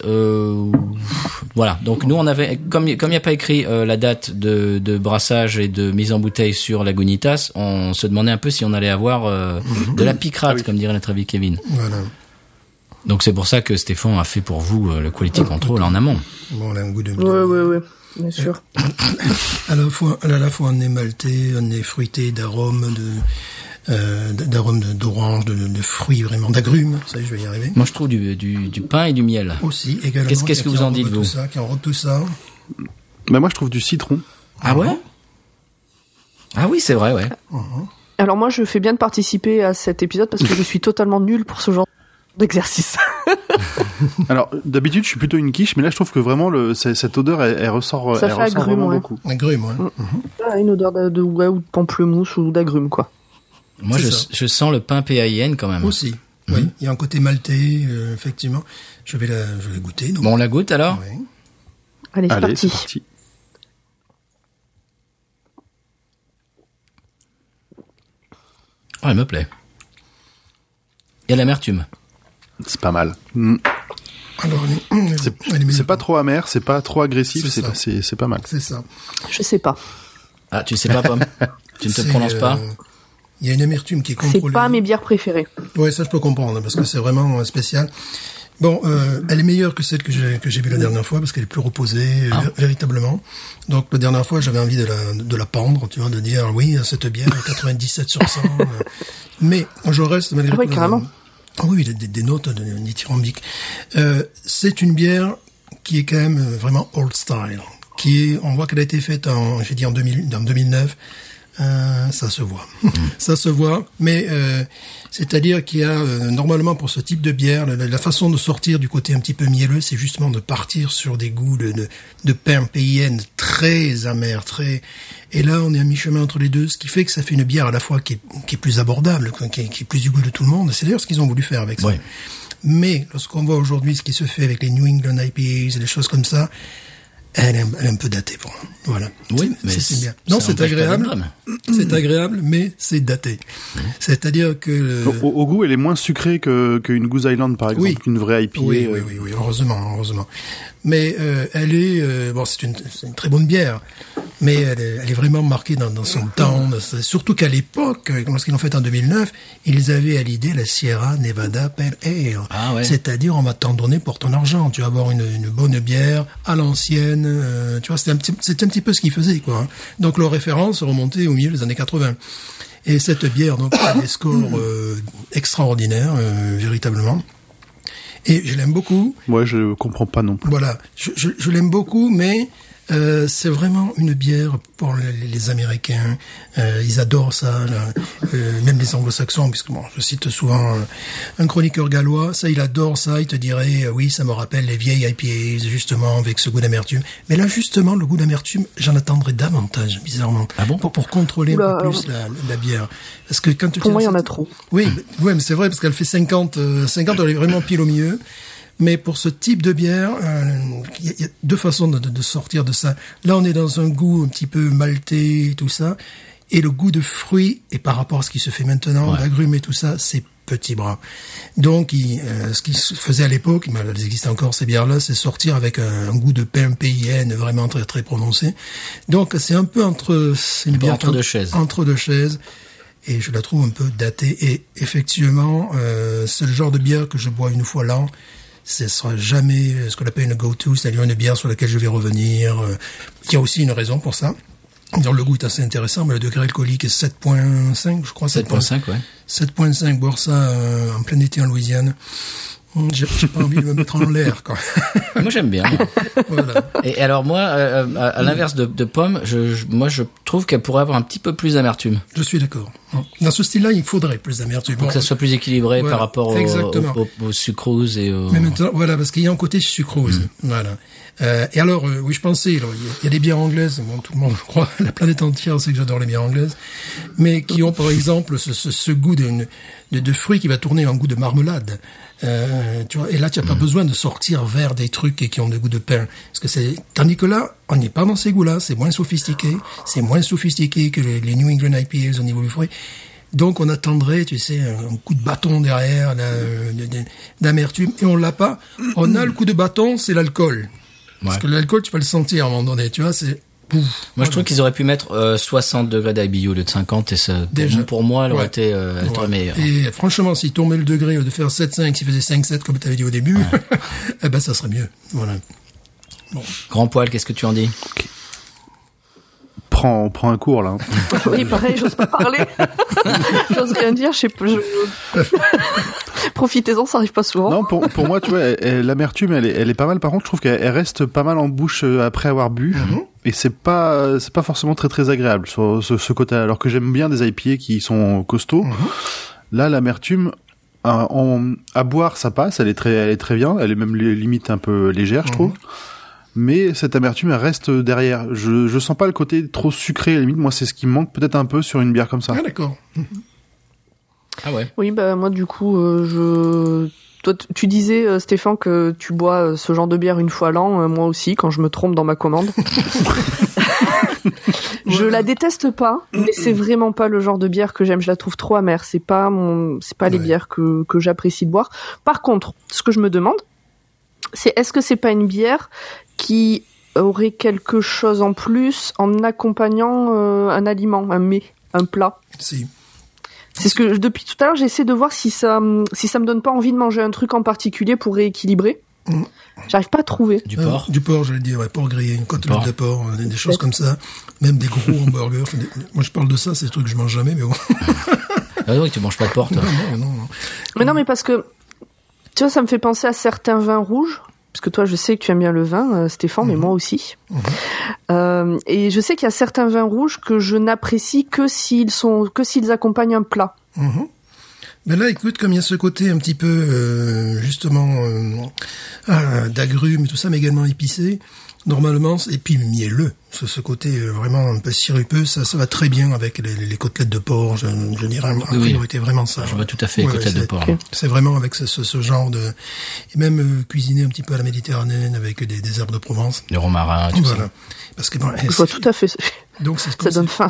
Voilà. Donc nous on avait comme il n'y a pas écrit la date de brassage et de mise en bouteille sur Lagunitas, on se demandait un peu si on allait avoir de la picrate, comme dirait notre ami Kevin. Voilà. Donc c'est pour ça que Stéphane a fait pour vous le quality control en amont. Bon, on a un goût de... Ouais, bien sûr. À la fois un nez maltais, un nez fruité, d'arômes, d'arômes d'orange, de fruits vraiment, d'agrumes. Ça y est, je vais y arriver. Moi, je trouve du pain et du miel. Aussi, également. Qu'est-ce que vous en dites, vous? Qui enrobe tout ça. Bah, moi, je trouve du citron. Ah ouais? Ah oui, c'est vrai, ouais. Alors moi, je fais bien de participer à cet épisode parce que je suis totalement nulle pour ce genre d'exercice. Alors, d'habitude, je suis plutôt une quiche, mais là, je trouve que vraiment, cette odeur, elle ressort, Ça elle fait ressort agrumes, vraiment ouais. beaucoup. Agrumes, ouais. Ah, une odeur ou de pamplemousse ou d'agrumes, Moi, C'est ça. je sens le pain PAIN quand même. Aussi. Oui, il y a un côté maltais, effectivement. Je vais goûter. Donc. Bon, on la goûte alors? Ouais. Allez, c'est Allez, parti. c'est parti. Oh, elle me plaît. Il y a l'amertume. C'est pas mal. Alors, C'est pas trop amer, c'est pas trop agressif, C'est ça. c'est pas mal. C'est ça. Je sais pas. Ah, tu sais pas, Pomme? Tu ne te prononces pas? Il y a une amertume qui est C'est contrôlée. pas mes bières préférées. Ouais, ça je peux comprendre parce que c'est vraiment spécial. Bon, elle est meilleure que celle que j'ai vue la dernière fois parce qu'elle est plus reposée véritablement. Donc la dernière fois, j'avais envie de la pendre, tu vois, de dire oui, cette bière 97 sur 100. Mais je reste malgré Ah ouais, tout. carrément. Oui, des notes dithyrambiques. C'est une bière qui est quand même vraiment old style. On voit qu'elle a été faite en 2009. Ça se voit. Ça se voit, mais c'est-à-dire qu'il y a normalement pour ce type de bière, la façon de sortir du côté un petit peu mielleux, c'est justement de partir sur des goûts de pain PIN très amer, et là on est à mi-chemin entre les deux, ce qui fait que ça fait une bière à la fois qui est plus abordable, qui est plus du goût de tout le monde. C'est d'ailleurs ce qu'ils ont voulu faire avec ça. Ouais. Mais lorsqu'on voit aujourd'hui ce qui se fait avec les New England IPAs et des choses comme ça, elle est un peu datée pour moi. Voilà. Oui, mais c'est bien. ça Non, c'est n'empêche pas agréable. d'être bonne. C'est agréable, mais c'est daté. C'est-à-dire que Au goût, elle est moins sucrée qu'une Goose Island, par exemple, Oui. qu'une vraie IPA. oui, heureusement. Mais elle est bon, c'est une très bonne bière, mais elle est vraiment marquée dans son temps. Surtout qu'à l'époque, lorsqu'ils l'ont fait en 2009, ils avaient à l'idée la Sierra Nevada Pale Ale. Ah ouais. C'est-à-dire, on va t'en donner pour ton argent. Tu vas avoir une bonne bière à l'ancienne. Tu vois, c'était un petit peu ce qu'ils faisaient, quoi. Hein. Donc leur référence remontait au milieu des années 80. Et cette bière, donc, a des scores extraordinaires, véritablement. Et je l'aime beaucoup. Moi, je comprends pas non plus. Voilà, je l'aime beaucoup, mais c'est vraiment une bière pour les Américains. Ils adorent ça, là. Même les Anglo-Saxons, puisque bon, je cite souvent un chroniqueur gallois. Ça, il adore ça. Il te dirait, oui, ça me rappelle les vieilles IPAs, justement, avec ce goût d'amertume. Mais là, justement, le goût d'amertume, j'en attendrais davantage, bizarrement. Ah bon? Pour contrôler Oula, un peu plus la bière. Parce que quand tu Pour moi, il y en a cette- trop. Oui, mais c'est vrai, parce qu'elle fait 50, elle est vraiment pile au milieu. Mais pour ce type de bière, il y a deux façons de sortir de ça. Là, on est dans un goût un petit peu maltais et tout ça. Et le goût de fruits, et par rapport à ce qui se fait maintenant, d'agrumes et tout ça, c'est petit bras. Donc, ce qui se faisait à l'époque, mais elles existent encore ces bières-là, c'est sortir avec un goût de pain PIN vraiment très très prononcé. Donc, c'est un peu c'est une bière entre deux chaises. Entre deux chaises. Et je la trouve un peu datée. Et effectivement, c'est le genre de bière que je bois une fois l'an. Ce sera jamais ce qu'on appelle une go-to, c'est-à-dire une bière sur laquelle je vais revenir. Il y a aussi une raison pour ça. Alors, le goût est assez intéressant, mais le degré alcoolique est 7.5, je crois. 7.5, ouais. 7.5, boire ça en plein été en Louisiane. J'ai pas envie de me mettre en l'air, quoi. Moi, j'aime bien. Voilà. Et alors moi, à l'inverse de Pomme, moi je trouve qu'elle pourrait avoir un petit peu plus d'amertume. Je suis d'accord. Dans ce style-là, il faudrait plus d'amertume. Pour que ça soit plus équilibré Voilà, par rapport exactement. aux sucroses et aux... Mais maintenant, voilà, parce qu'il y a un côté sucrose. Voilà. Et alors, oui, je pensais, alors, il y a des bières anglaises, bon, tout le monde, je crois, la planète entière sait que j'adore les bières anglaises, mais qui ont, par exemple, ce goût de fruits qui va tourner en goût de marmelade. Tu vois, et là, tu n'as pas besoin de sortir vers des trucs qui ont des goûts de pain. Parce que tandis que là, on n'est pas dans ces goûts-là, c'est moins sophistiqué que les New England IPAs au niveau du fruit. Donc on attendrait, tu sais, un coup de bâton derrière, d'amertume, et on l'a pas. On a le coup de bâton, c'est l'alcool. Parce que l'alcool, tu peux le sentir à un moment donné, tu vois, c'est... Pouf, Moi, voilà. je trouve qu'ils auraient pu mettre 60 degrés d'IBU au lieu de 50, et ça, Déjà. pour moi, elle aurait Ouais. été elle aurait Ouais. meilleure. Et franchement, s'il tournait le degré de faire 7,5, s'il faisait 5,7 comme tu avais dit au début, eh ben ça serait mieux. Voilà. Grand Poil, qu'est-ce que tu en dis? prend un cours là. Oui, pareil, j'ose pas parler. J'ose rien dire, Profitez-en, ça arrive pas souvent. Non, pour moi, tu vois, l'amertume, elle est pas mal. Par contre, je trouve qu'elle reste pas mal en bouche après avoir bu. Et c'est pas forcément très très agréable sur ce côté. Alors que j'aime bien des IPA qui sont costauds. Là, l'amertume, à boire, ça passe. Elle est très bien. Elle est même limite un peu légère, je trouve. Mais cette amertume, elle reste derrière. Je sens pas le côté trop sucré, à la limite. Moi, c'est ce qui me manque peut-être un peu sur une bière comme ça. Ah, d'accord. Ah ouais. Oui, bah moi du coup, toi, tu disais Stéphane que tu bois ce genre de bière une fois l'an, moi aussi quand je me trompe dans ma commande. Je la déteste pas, mais c'est vraiment pas le genre de bière que j'aime. Je la trouve trop amère. C'est pas les bières que j'apprécie de boire. Par contre, ce que je me demande, c'est est-ce que c'est pas une bière qui aurait quelque chose en plus en accompagnant un aliment, un mets, un plat. Si. C'est ce que depuis tout à l'heure j'essaie de voir si ça me donne pas envie de manger un truc en particulier pour rééquilibrer. J'arrive pas à trouver. Du porc. Du porc, j'allais dire, ouais, porc grillé, une côtelette de porc, des choses comme ça. Même des gros hamburgers. Enfin, moi, je parle de ça, c'est des trucs que je mange jamais, mais bon. Ah oui, tu manges pas de porc, toi. Non. Mais non, mais parce que, tu vois, ça me fait penser à certains vins rouges. Parce que toi, je sais que tu aimes bien le vin, Stéphane, mais moi aussi. Et je sais qu'il y a certains vins rouges que je n'apprécie que s'ils accompagnent un plat. Mais là, écoute, comme il y a ce côté un petit peu, justement, d'agrumes et tout ça, mais également épicé, normalement, et puis mielleux, ce côté vraiment un peu sirupeux, ça va très bien avec les côtelettes de porc, je dirais, en priorité, vraiment ça. Je vois tout à fait les côtelettes de porc. Okay. C'est vraiment avec ce genre de... Et même cuisiner un petit peu à la méditerranéenne avec des herbes de Provence. Le romarin, tout ça. Parce que bon, je vois tout à fait. Donc ça donne faim.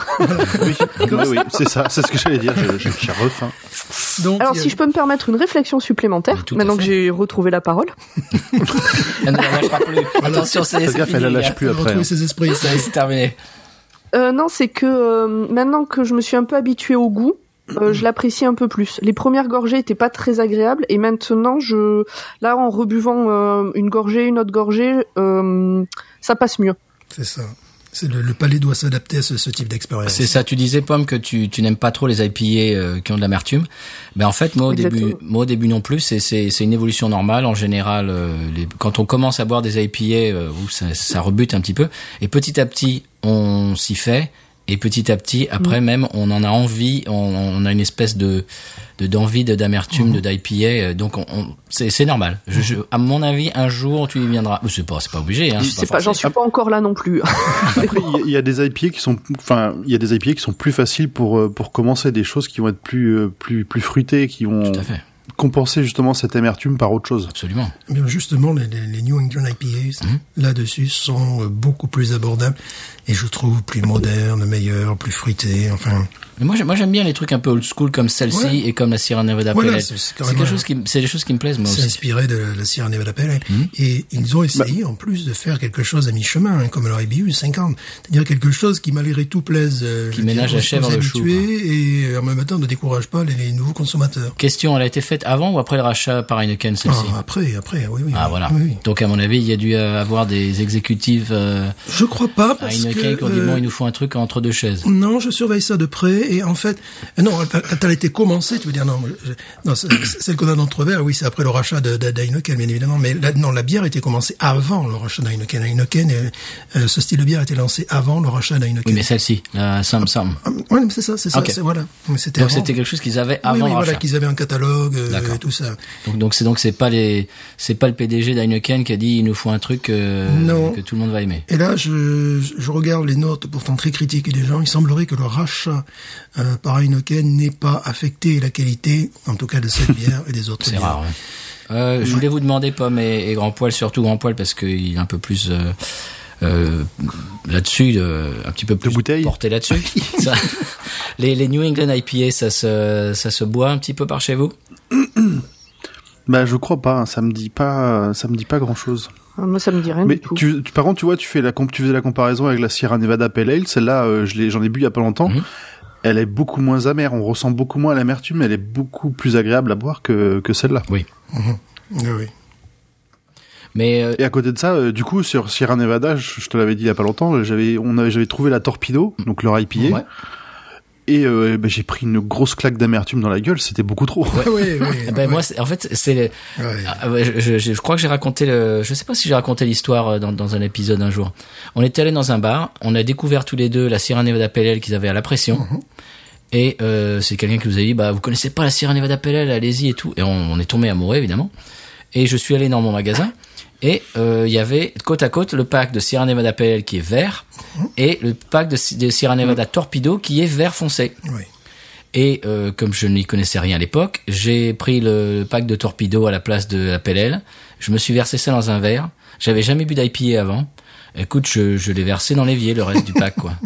Oui, c'est ça, c'est ce que j'allais dire, j'ai refaim. Donc, alors, si je peux me permettre une réflexion supplémentaire, maintenant que j'ai retrouvé la parole. Elle ne la lâchera plus. Attention, c'est fini. Elle la lâche plus après. Retrouver ses esprits, ça c'est terminé. Non, c'est que maintenant que je me suis un peu habituée au goût, je l'apprécie un peu plus. Les premières gorgées étaient pas très agréables et maintenant, là, en rebuvant une gorgée, une autre gorgée, ça passe mieux. C'est ça. C'est le palais doit s'adapter à ce type d'expérience. C'est ça. Tu disais, Pomme, que tu n'aimes pas trop les IPA qui ont de l'amertume. Ben en fait, moi au début non plus. C'est une évolution normale. En général, quand on commence à boire des IPA, ça rebute un petit peu. Et petit à petit, on s'y fait. Et petit à petit, après même, on en a envie. On a une espèce d'envie d'amertume, d'IPA. Donc c'est normal. À mon avis, un jour tu y viendras. C'est pas obligé. Hein, j'en suis pas encore là non plus. Après, il y a des IPA qui sont plus faciles pour commencer, des choses qui vont être plus fruitées, qui vont compenser justement cette amertume par autre chose. Absolument. Bien justement, les New England IPAs là-dessus sont beaucoup plus abordables et je trouve plus modernes, meilleurs, plus fruités. Enfin. Mais moi j'aime bien les trucs un peu old school comme celle-ci et comme la Sierra Nevada Pale Ale. C'est des choses qui me plaisent moi aussi. C'est inspiré de la Sierra Nevada Pale Ale. Et ils ont essayé en plus de faire quelque chose à mi-chemin, comme leur IBU 50, c'est-à-dire quelque chose qui malgré tout plaise qui ménage la chèvre le chou et en même temps ne décourage pas les nouveaux consommateurs. Question, elle a été faite avant ou après le rachat par Heineken celle-ci? Après, oui. Ah voilà. Oui. Donc à mon avis, il y a dû avoir des exécutifs je crois pas parce Heineken qui ont dit bon, il nous faut un truc entre deux chaises. Non, je surveille ça de près et en fait non, quand elle a été commencée, tu veux dire non, celle qu'on a dans notre verre, oui, c'est après le rachat d'Heineken bien évidemment, mais la bière a été commencée avant le rachat d'Heineken. Heineken, ce style de bière a été lancé avant le rachat d'Heineken. Oui, mais celle-ci, la Sam. Oui, c'est ça, okay. Voilà. Donc c'était quelque chose qu'ils avaient avant le rachat. Voilà, qu'ils avaient un catalogue et tout ça. Donc c'est pas le PDG d'Heineken qui a dit il nous faut un truc que tout le monde va aimer. Et là, je regarde les notes pourtant très critiques des gens. Il semblerait que le rachat par Heineken n'ait pas affecté la qualité, en tout cas de cette bière et des autres bières. C'est rare. Ouais. Je voulais vous demander, Pomme et Grand Poil, surtout Grand Poil parce qu'il est un peu plus là-dessus, un petit peu plus porté là-dessus. Les New England IPA, ça se boit un petit peu par chez vous? Bah je crois pas, ça me dit pas grand-chose. Moi ça me dit rien du tout. Par contre tu vois, tu faisais la comparaison avec la Sierra Nevada Pale Ale, celle-là j'en ai bu il y a pas longtemps. Elle est beaucoup moins amère, on ressent beaucoup moins l'amertume, elle est beaucoup plus agréable à boire que celle-là. Oui. Oui. Mais Et à côté de ça, du coup, sur Sierra Nevada, je te l'avais dit il y a pas longtemps, j'avais trouvé la Torpedo, donc leur IPA. ouais. Et j'ai pris une grosse claque d'amertume dans la gueule, c'était beaucoup trop. Oui. Moi, en fait, c'est je crois que j'ai raconté je sais pas si j'ai raconté l'histoire dans un épisode un jour. On était allé dans un bar, on a découvert tous les deux la Sierra Nevada Pale Ale qu'ils avaient à la pression. Et c'est quelqu'un qui nous a dit vous connaissez pas la Sierra Nevada Pale Ale, allez-y et tout. Et on est tombé amoureux évidemment. Et je suis allé dans mon magasin et il y avait côte à côte le pack de Sierra Nevada Pale Ale qui est vert et le pack de Sierra Nevada Torpedo qui est vert foncé. Oui. Et comme je n'y connaissais rien à l'époque, j'ai pris le pack de Torpedo à la place de la Pale Ale. Je me suis versé ça dans un verre. J'avais jamais bu d'IPA avant. Écoute, je l'ai versé dans l'évier, le reste du pack, quoi.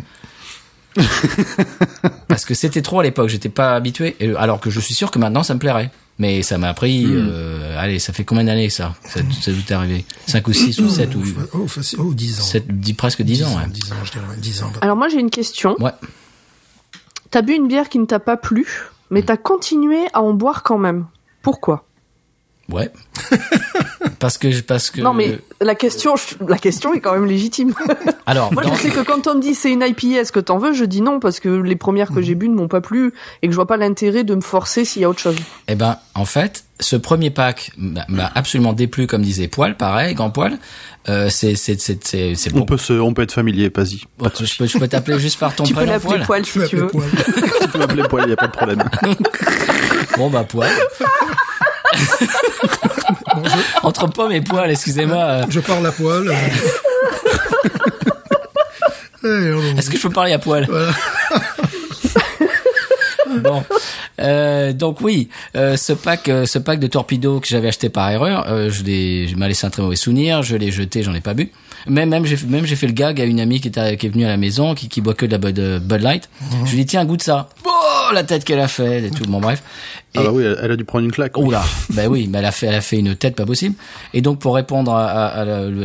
Parce que c'était trop à l'époque, j'étais pas habitué. Alors que je suis sûr que maintenant ça me plairait. Mais ça m'a pris, allez, ça fait combien d'années ça doit arrivé 5 ou 6 ou 7 ou 10 ans. 7, presque 10 ans. 10 ans, je dirais, 10 ans. Alors moi j'ai une question. Ouais. T'as bu une bière qui ne t'a pas plu, mais t'as continué à en boire quand même. Pourquoi ? Ouais. parce que. Non mais la question est quand même légitime. Alors, moi je sais que quand on me dit c'est une IPA, est-ce que t'en veux ? Je dis non parce que les premières que j'ai bu ne m'ont pas plu et que je vois pas l'intérêt de me forcer s'il y a autre chose. Eh ben, en fait, ce premier pack m'a absolument déplu, comme disait Poil, pareil, Grand Poil. C'est bon. On peut être familier, vas-y. Bon, je peux t'appeler juste par ton tu prénom, peux l'appeler Poil si tu veux. Tu peux m'appeler Poil, y a pas de problème. Bon, Poil. Entre Pomme et Poil, excusez-moi. Je parle à Poil. Est-ce que je peux parler à Poil ? Voilà. Bon, donc oui, ce pack de Torpedo que j'avais acheté par erreur, je m'a laissé un très mauvais souvenir, je l'ai jeté, j'en ai pas bu. Même j'ai fait le gag à une amie qui est venue à la maison, qui boit que de la Bud Light. Je lui ai dit tiens, goûte ça. Oh, la tête qu'elle a fait et tout. Bon bref. Ah bah oui, elle a dû prendre une claque. Oh là, ben oui, mais elle a fait une tête pas possible. Et donc pour répondre à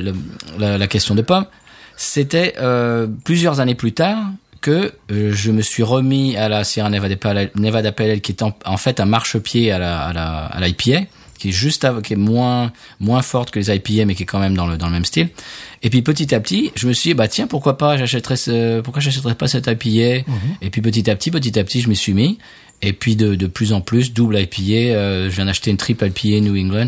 la question de Pomme, c'était plusieurs années plus tard que je me suis remis à la Sierra Nevada Pale Ale qui est en fait un marchepied à l'IPA, qui est qui est moins forte que les IPA mais qui est quand même dans le même style. Et puis petit à petit, je me suis dit tiens, pourquoi j'achèterais pas cette IPA. Et puis petit à petit, je m'y suis mis. Et puis de plus en plus, double IPA, je viens d'acheter une triple IPA New England.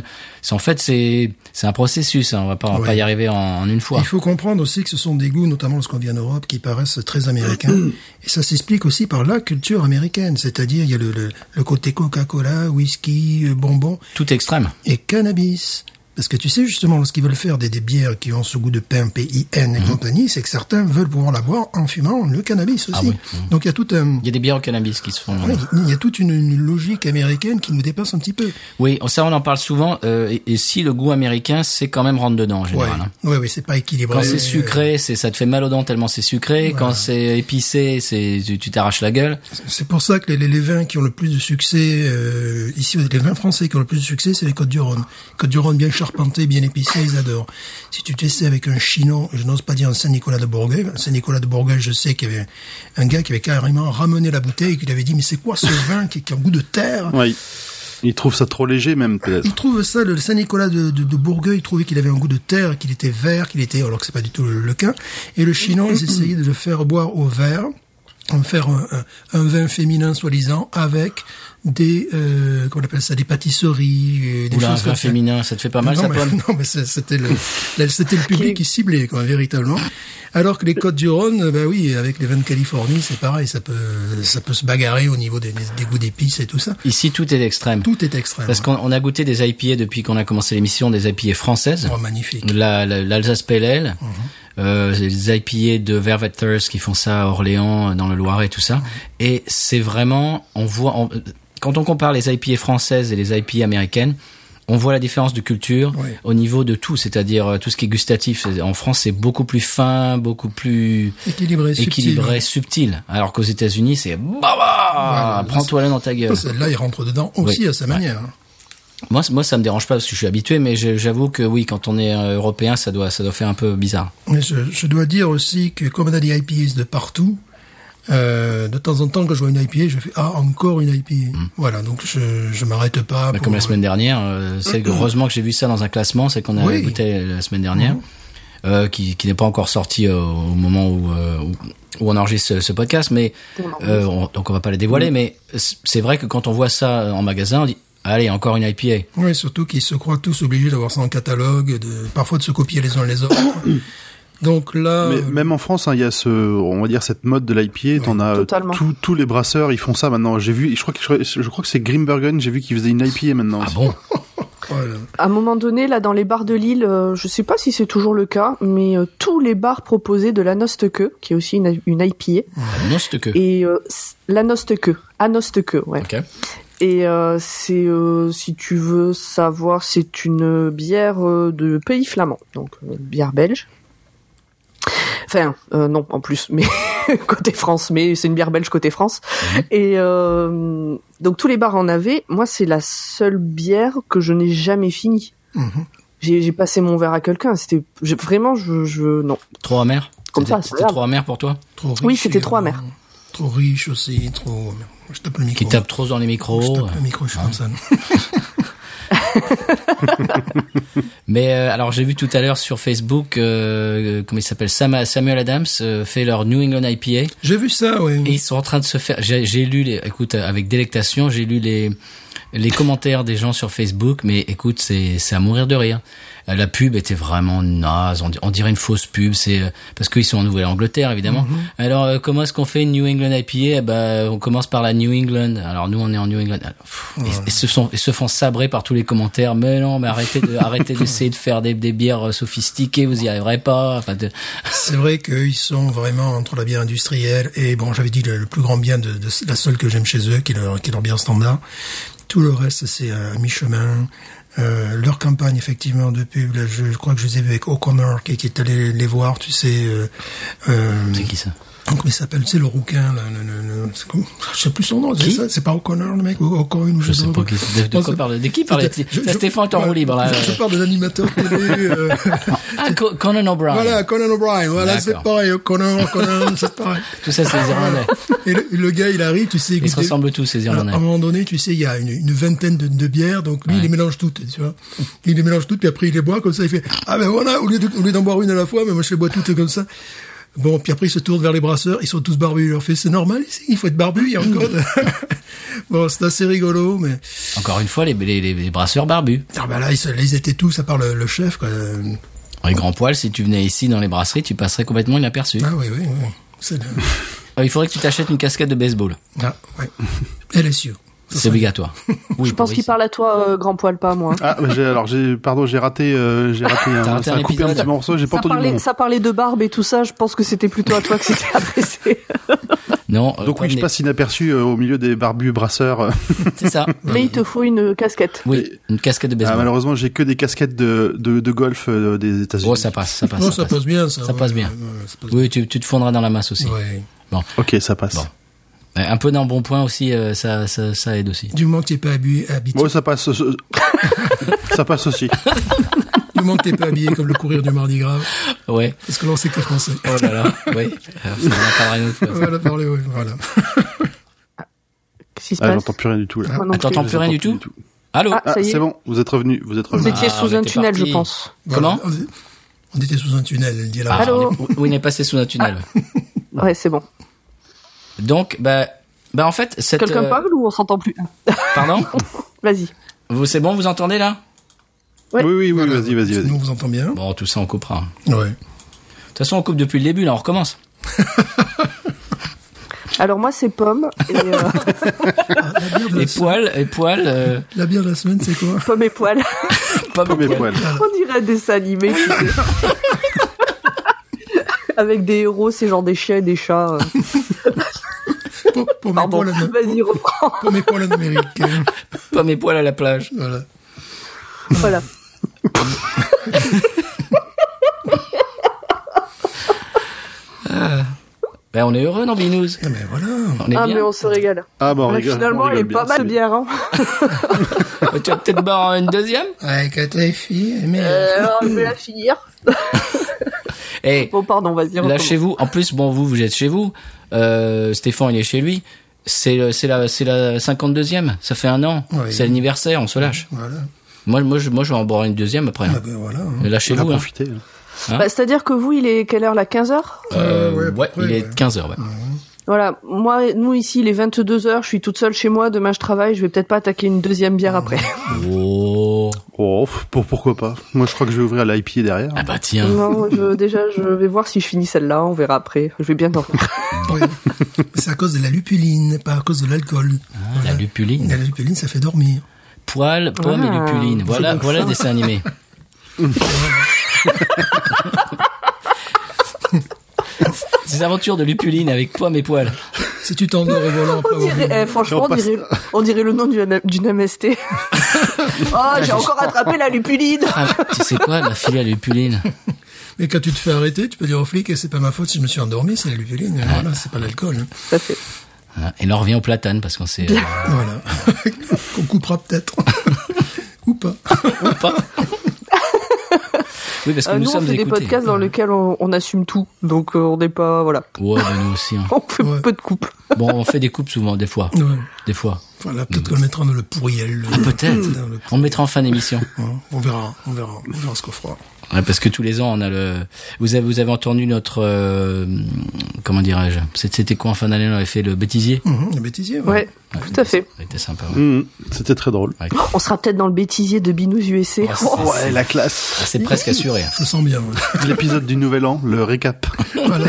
C'est un processus, hein, on va pas y arriver en une fois. Il faut comprendre aussi que ce sont des goûts, notamment lorsqu'on vient en Europe, qui paraissent très américains. Et ça s'explique aussi par la culture américaine. C'est-à-dire, il y a le côté Coca-Cola, whisky, bonbons. Tout extrême. Et cannabis. Parce que tu sais, justement, lorsqu'ils veulent faire des bières qui ont ce goût de pain, P-I-N et compagnie, c'est que certains veulent pouvoir la boire en fumant le cannabis aussi. Donc il y a tout un... Il y a des bières au cannabis qui se font... Oui, il y a toute une logique américaine qui nous dépasse un petit peu. Oui, ça on en parle souvent, et si le goût américain, c'est quand même rentre dedans en général. Oui, c'est pas équilibré. Quand c'est sucré, ça te fait mal aux dents tellement c'est sucré. Voilà. Quand c'est épicé, tu t'arraches la gueule. C'est pour ça que les vins qui ont le plus de succès, ici, les vins français qui ont le plus de succès, c'est les Côtes-du-Rhône. Côtes-du-Rhône bien charpentés, bien épicés, ils adorent. Si tu testais avec un Chinon, je n'ose pas dire un Saint-Nicolas de Bourgueil. Saint-Nicolas de Bourgueil, je sais qu'il y avait un gars qui avait carrément ramené la bouteille et qui lui avait dit, mais c'est quoi ce vin qui a un goût de terre? Oui. Il trouve ça trop léger, même, peut-être. Il trouve ça, le Saint-Nicolas de Bourgueil, il trouvait qu'il avait un goût de terre, qu'il était vert, alors que c'est pas du tout le cas. Et le Chinon, ils essayaient de le faire boire au verre, en faire un vin féminin, soi-disant, avec des comment on appelle ça, des pâtisseries, des choses un vin féminin, ça te fait pas mal, ça, Paul? Non, mais c'était le public qui ciblait, quoi, véritablement. Alors que les Côtes-du-Rhône, oui, avec les vins de Californie, c'est pareil, ça peut se bagarrer au niveau des goûts d'épices et tout ça. Ici, tout est extrême. Tout est extrême. Parce qu'on a goûté des IPA depuis qu'on a commencé l'émission, des IPA françaises. Oh, magnifique. L'Alsace Pale Ale. Les IPA de Verveters qui font ça à Orléans, dans le Loiret, tout ça. Et c'est vraiment, quand on compare les IPA françaises et les IPA américaines, on voit la différence de culture au niveau de tout, c'est-à-dire tout ce qui est gustatif. En France, c'est beaucoup plus fin, beaucoup plus équilibré, subtil. Alors qu'aux États-Unis, c'est prends-toi là dans ta gueule. Celle-là, il rentre dedans aussi à sa manière. Moi, ça me dérange pas parce que je suis habitué, mais j'avoue que oui, quand on est européen, ça doit faire un peu bizarre. Mais je dois dire aussi que comme on a des IPAs de partout, De temps en temps, quand je vois une IPA, je fais encore une IPA. Voilà, donc je m'arrête pas. Comme la semaine dernière, heureusement que j'ai vu ça dans un classement, c'est qu'on a goûté la semaine dernière, qui n'est pas encore sorti au moment où on enregistre ce podcast, mais donc on va pas le dévoiler, mais c'est vrai que quand on voit ça en magasin, on dit allez, encore une IPA. Oui, surtout qu'ils se croient tous obligés d'avoir ça en catalogue, parfois de se copier les uns les autres. Donc là, mais même en France, il y a on va dire cette mode de l'IPA. T'en as tous les brasseurs, ils font ça maintenant. J'ai vu, je crois que c'est Grimbergen. J'ai vu qu'ils faisaient une IPA maintenant. Ah bon? Voilà. À un moment donné, là, dans les bars de Lille, je sais pas si c'est toujours le cas, mais tous les bars proposaient de la Nosteke, qui est aussi une IPA. Nosteke. Et la Nosteke, ouais. Okay. Et c'est, si tu veux savoir, c'est une bière de pays flamand, donc bière belge. Enfin, non, en plus, mais côté France, mais c'est une bière belge côté France. Et donc tous les bars en avaient. Moi, c'est la seule bière que je n'ai jamais finie. J'ai passé mon verre à quelqu'un. Vraiment, non. Trop amer. C'était trop amer pour toi. Trop riche, oui, c'était trop amer. Trop riche aussi, trop. Je tape le micro. Qui tape trop dans les micros. Je tape le micro, je suis comme ça. Mais alors j'ai vu tout à l'heure sur Facebook, comment il s'appelle, Samuel Adams fait leur New England IPA. J'ai vu ça, oui. Et ils sont en train de se faire. J'ai lu écoute, avec délectation, j'ai lu les commentaires des gens sur Facebook, mais écoute, c'est à mourir de rire. La pub était vraiment naze, on dirait une fausse pub, c'est parce qu'ils sont en Nouvelle-Angleterre évidemment. Alors comment est-ce qu'on fait une New England IPA? On commence par la New England. Alors nous on est en New England. Ils se font sabrer par tous les commentaires. Mais non, mais arrêtez d'essayer de faire des bières sophistiquées, vous y arriverez pas. Enfin, c'est vrai qu'ils sont vraiment entre la bière industrielle et bon, j'avais dit le plus grand bien de la seule que j'aime chez eux, qui est leur bière standard. Tout le reste c'est à mi-chemin. Leur campagne effectivement de pub, là, je crois que je les ai vus avec O'Connor qui est allé les voir, tu sais. C'est qui ça? Comment il s'appelle, tu sais, le rouquin, je sais plus son nom, c'est ça, c'est pas O'Connor, le mec, O'Connor, je sais pas de qui parlait. Stéphane Temps libre, là. Je parle de l'animateur télé, Conan O'Brien. Voilà, Conan O'Brien, voilà, c'est pareil, Conan, c'est pareil. Tout ça, c'est les Irlandais. Et le gars, il arrive, tu sais. Ils se ressemblent tous, ces Irlandais. À un moment donné, tu sais, il y a une vingtaine de bières, donc lui, il les mélange toutes, tu vois. Il les mélange toutes, puis après, il les boit, comme ça, il fait, ah ben voilà, au lieu d'en boire une à la fois, mais moi, je les bois toutes comme ça. Bon, puis après, il se tourne vers les brasseurs, ils sont tous barbus. Il leur fait, c'est normal ici, il faut être barbu, il y a encore Bon, c'est assez rigolo, mais... Encore une fois, les brasseurs barbus. Ah bah là, ils étaient tous, à part le chef, quoi. Les grands poils, si tu venais ici dans les brasseries, tu passerais complètement inaperçu. Ah oui. Il faudrait que tu t'achètes une casquette de baseball. Ah, ouais. LSU. C'est obligatoire. Oui, je pense qu'il parle à toi, grand poil, pas à moi. Ah, j'ai raté ça a coupé un petit morceau, j'ai pas entendu le nom. Ça parlait de barbe et tout ça, je pense que c'était plutôt à toi que c'était adressé. Non. Donc oui, je passe inaperçu au milieu des barbus brasseurs. C'est ça. Mais il te faut une casquette. Oui, une casquette de baseball. Malheureusement, j'ai que des casquettes de golf des États-Unis. Oh, ça passe. Non, ça passe bien, ça. Ça passe bien. Oui, tu te fondras dans la masse aussi. Ouais. Bon. Ok, ça passe. Bon. Un peu d'embonpoint aussi, ça aide aussi. Du moment que t'es pas habitué. Ouais, ça passe. Ça passe aussi. Du moment que t'es pas habillé comme le courir du Mardi Gras. Ouais. Parce que là, on sait que t'es français. Oh là là. Oui. Alors, ça en parlera une autre fois. Voilà, parler, oui, voilà. Qu'est-ce qui se passe? J'entends plus rien du tout, là. T'entends plus rien du tout? Allô? C'est bon, vous êtes revenu. Vous étiez sous un tunnel, je pense. Comment? On était sous un tunnel, elle dit là. Allô? Oui, on est passé sous un tunnel. Ouais, c'est bon. Donc, en fait, quelqu'un parle ou on s'entend plus? Pardon? Vas-y. C'est bon, vous entendez là? Ouais. Oui, voilà, vas-y. Nous, on vous entend bien. Bon, tout ça, on coupera. Ouais. De toute façon, on coupe depuis le début, là, on recommence. Alors moi, c'est Pomme. Et poils. La bière de la semaine, c'est quoi? Pomme et poils. Pomme et poils. On dirait des dessins animés, tu sais. Avec des héros, c'est genre des chiens et des chats. Pardon, vas-y, reprends. Pomme et poils en Amérique. Pomme et poils à la plage. Voilà. On est heureux, non, Binous? Ah, mais voilà. On est bien. Mais on se régale. Ah, bon, on rigole. Finalement, elle est pas mal bière, hein. Tu vas peut-être boire une deuxième? Ouais, que t'es fille, mais... Alors, je vais la finir. Hey, bon, pardon, vas-y. Là, chez vous, en plus, vous êtes chez vous. Stéphane, il est chez lui. C'est la 52e. Ça fait 1 an. Ouais, c'est l'anniversaire. On se lâche. Voilà. Moi, je vais en boire une deuxième après. Ah ben voilà. Mais lâchez-vous. On va Hein. profiter. Hein C'est-à-dire que vous, il est quelle heure, là, 15h? Ouais, à peu Ouais, près, il est ouais. 15h. Ouais. Voilà. Nous ici, il est 22h, je suis toute seule chez moi, demain je travaille, je vais peut-être pas attaquer une deuxième bière après. Oh. Oh, pourquoi pas. Moi, je crois que je vais ouvrir l'IPA derrière. Ah bah tiens. Non, je vais voir si je finis celle-là, on verra après. Je vais bien dormir. Oui. C'est à cause de la lupuline, pas à cause de l'alcool. Ah, la lupuline. La lupuline, ça fait dormir. Poil, pomme et lupuline. Voilà le dessin animé. Ces aventures de lupuline avec pomme et poil. Si tu t'endors au volant après avoir bu. Franchement, on dirait le nom d'une MST. J'ai encore attrapé la lupuline. Ah, tu sais quoi, ma fille a lupuline. Mais quand tu te fais arrêter, tu peux dire au flic que c'est pas ma faute si je me suis endormi, c'est la lupuline. Voilà, c'est pas l'alcool. Hein. Ça fait. Et là, on revient au platane parce qu'on sait. Voilà. Qu'on coupera peut-être. Ou pas. Ou pas. Oui, parce que nous on sommes fait des écoutés. podcasts dans lesquels on assume tout. Donc, on n'est pas, voilà. Ouais, bah nous aussi. Hein. On fait Ouais. peu de coupes. Bon, on fait des coupes souvent, des fois. Ouais. Des fois. Voilà, peut-être qu'on le mettra dans le pourriel. Peut-être. Dans le- On le mettra en fin d'émission. On verra ce qu'on fera. Ouais, parce que tous les ans, on a le. Vous avez entendu notre. Comment dirais-je? C'était quoi en fin d'année? On avait fait le bêtisier. Le bêtisier, Ouais, tout à fait. Ça a été sympa. Ouais. C'était très drôle. On sera peut-être dans le bêtisier de Binous USA. Ouais, c'est- Ouais, la classe. C'est presque assuré. Je le sens bien. Ouais. L'épisode du Nouvel An, le récap. Voilà.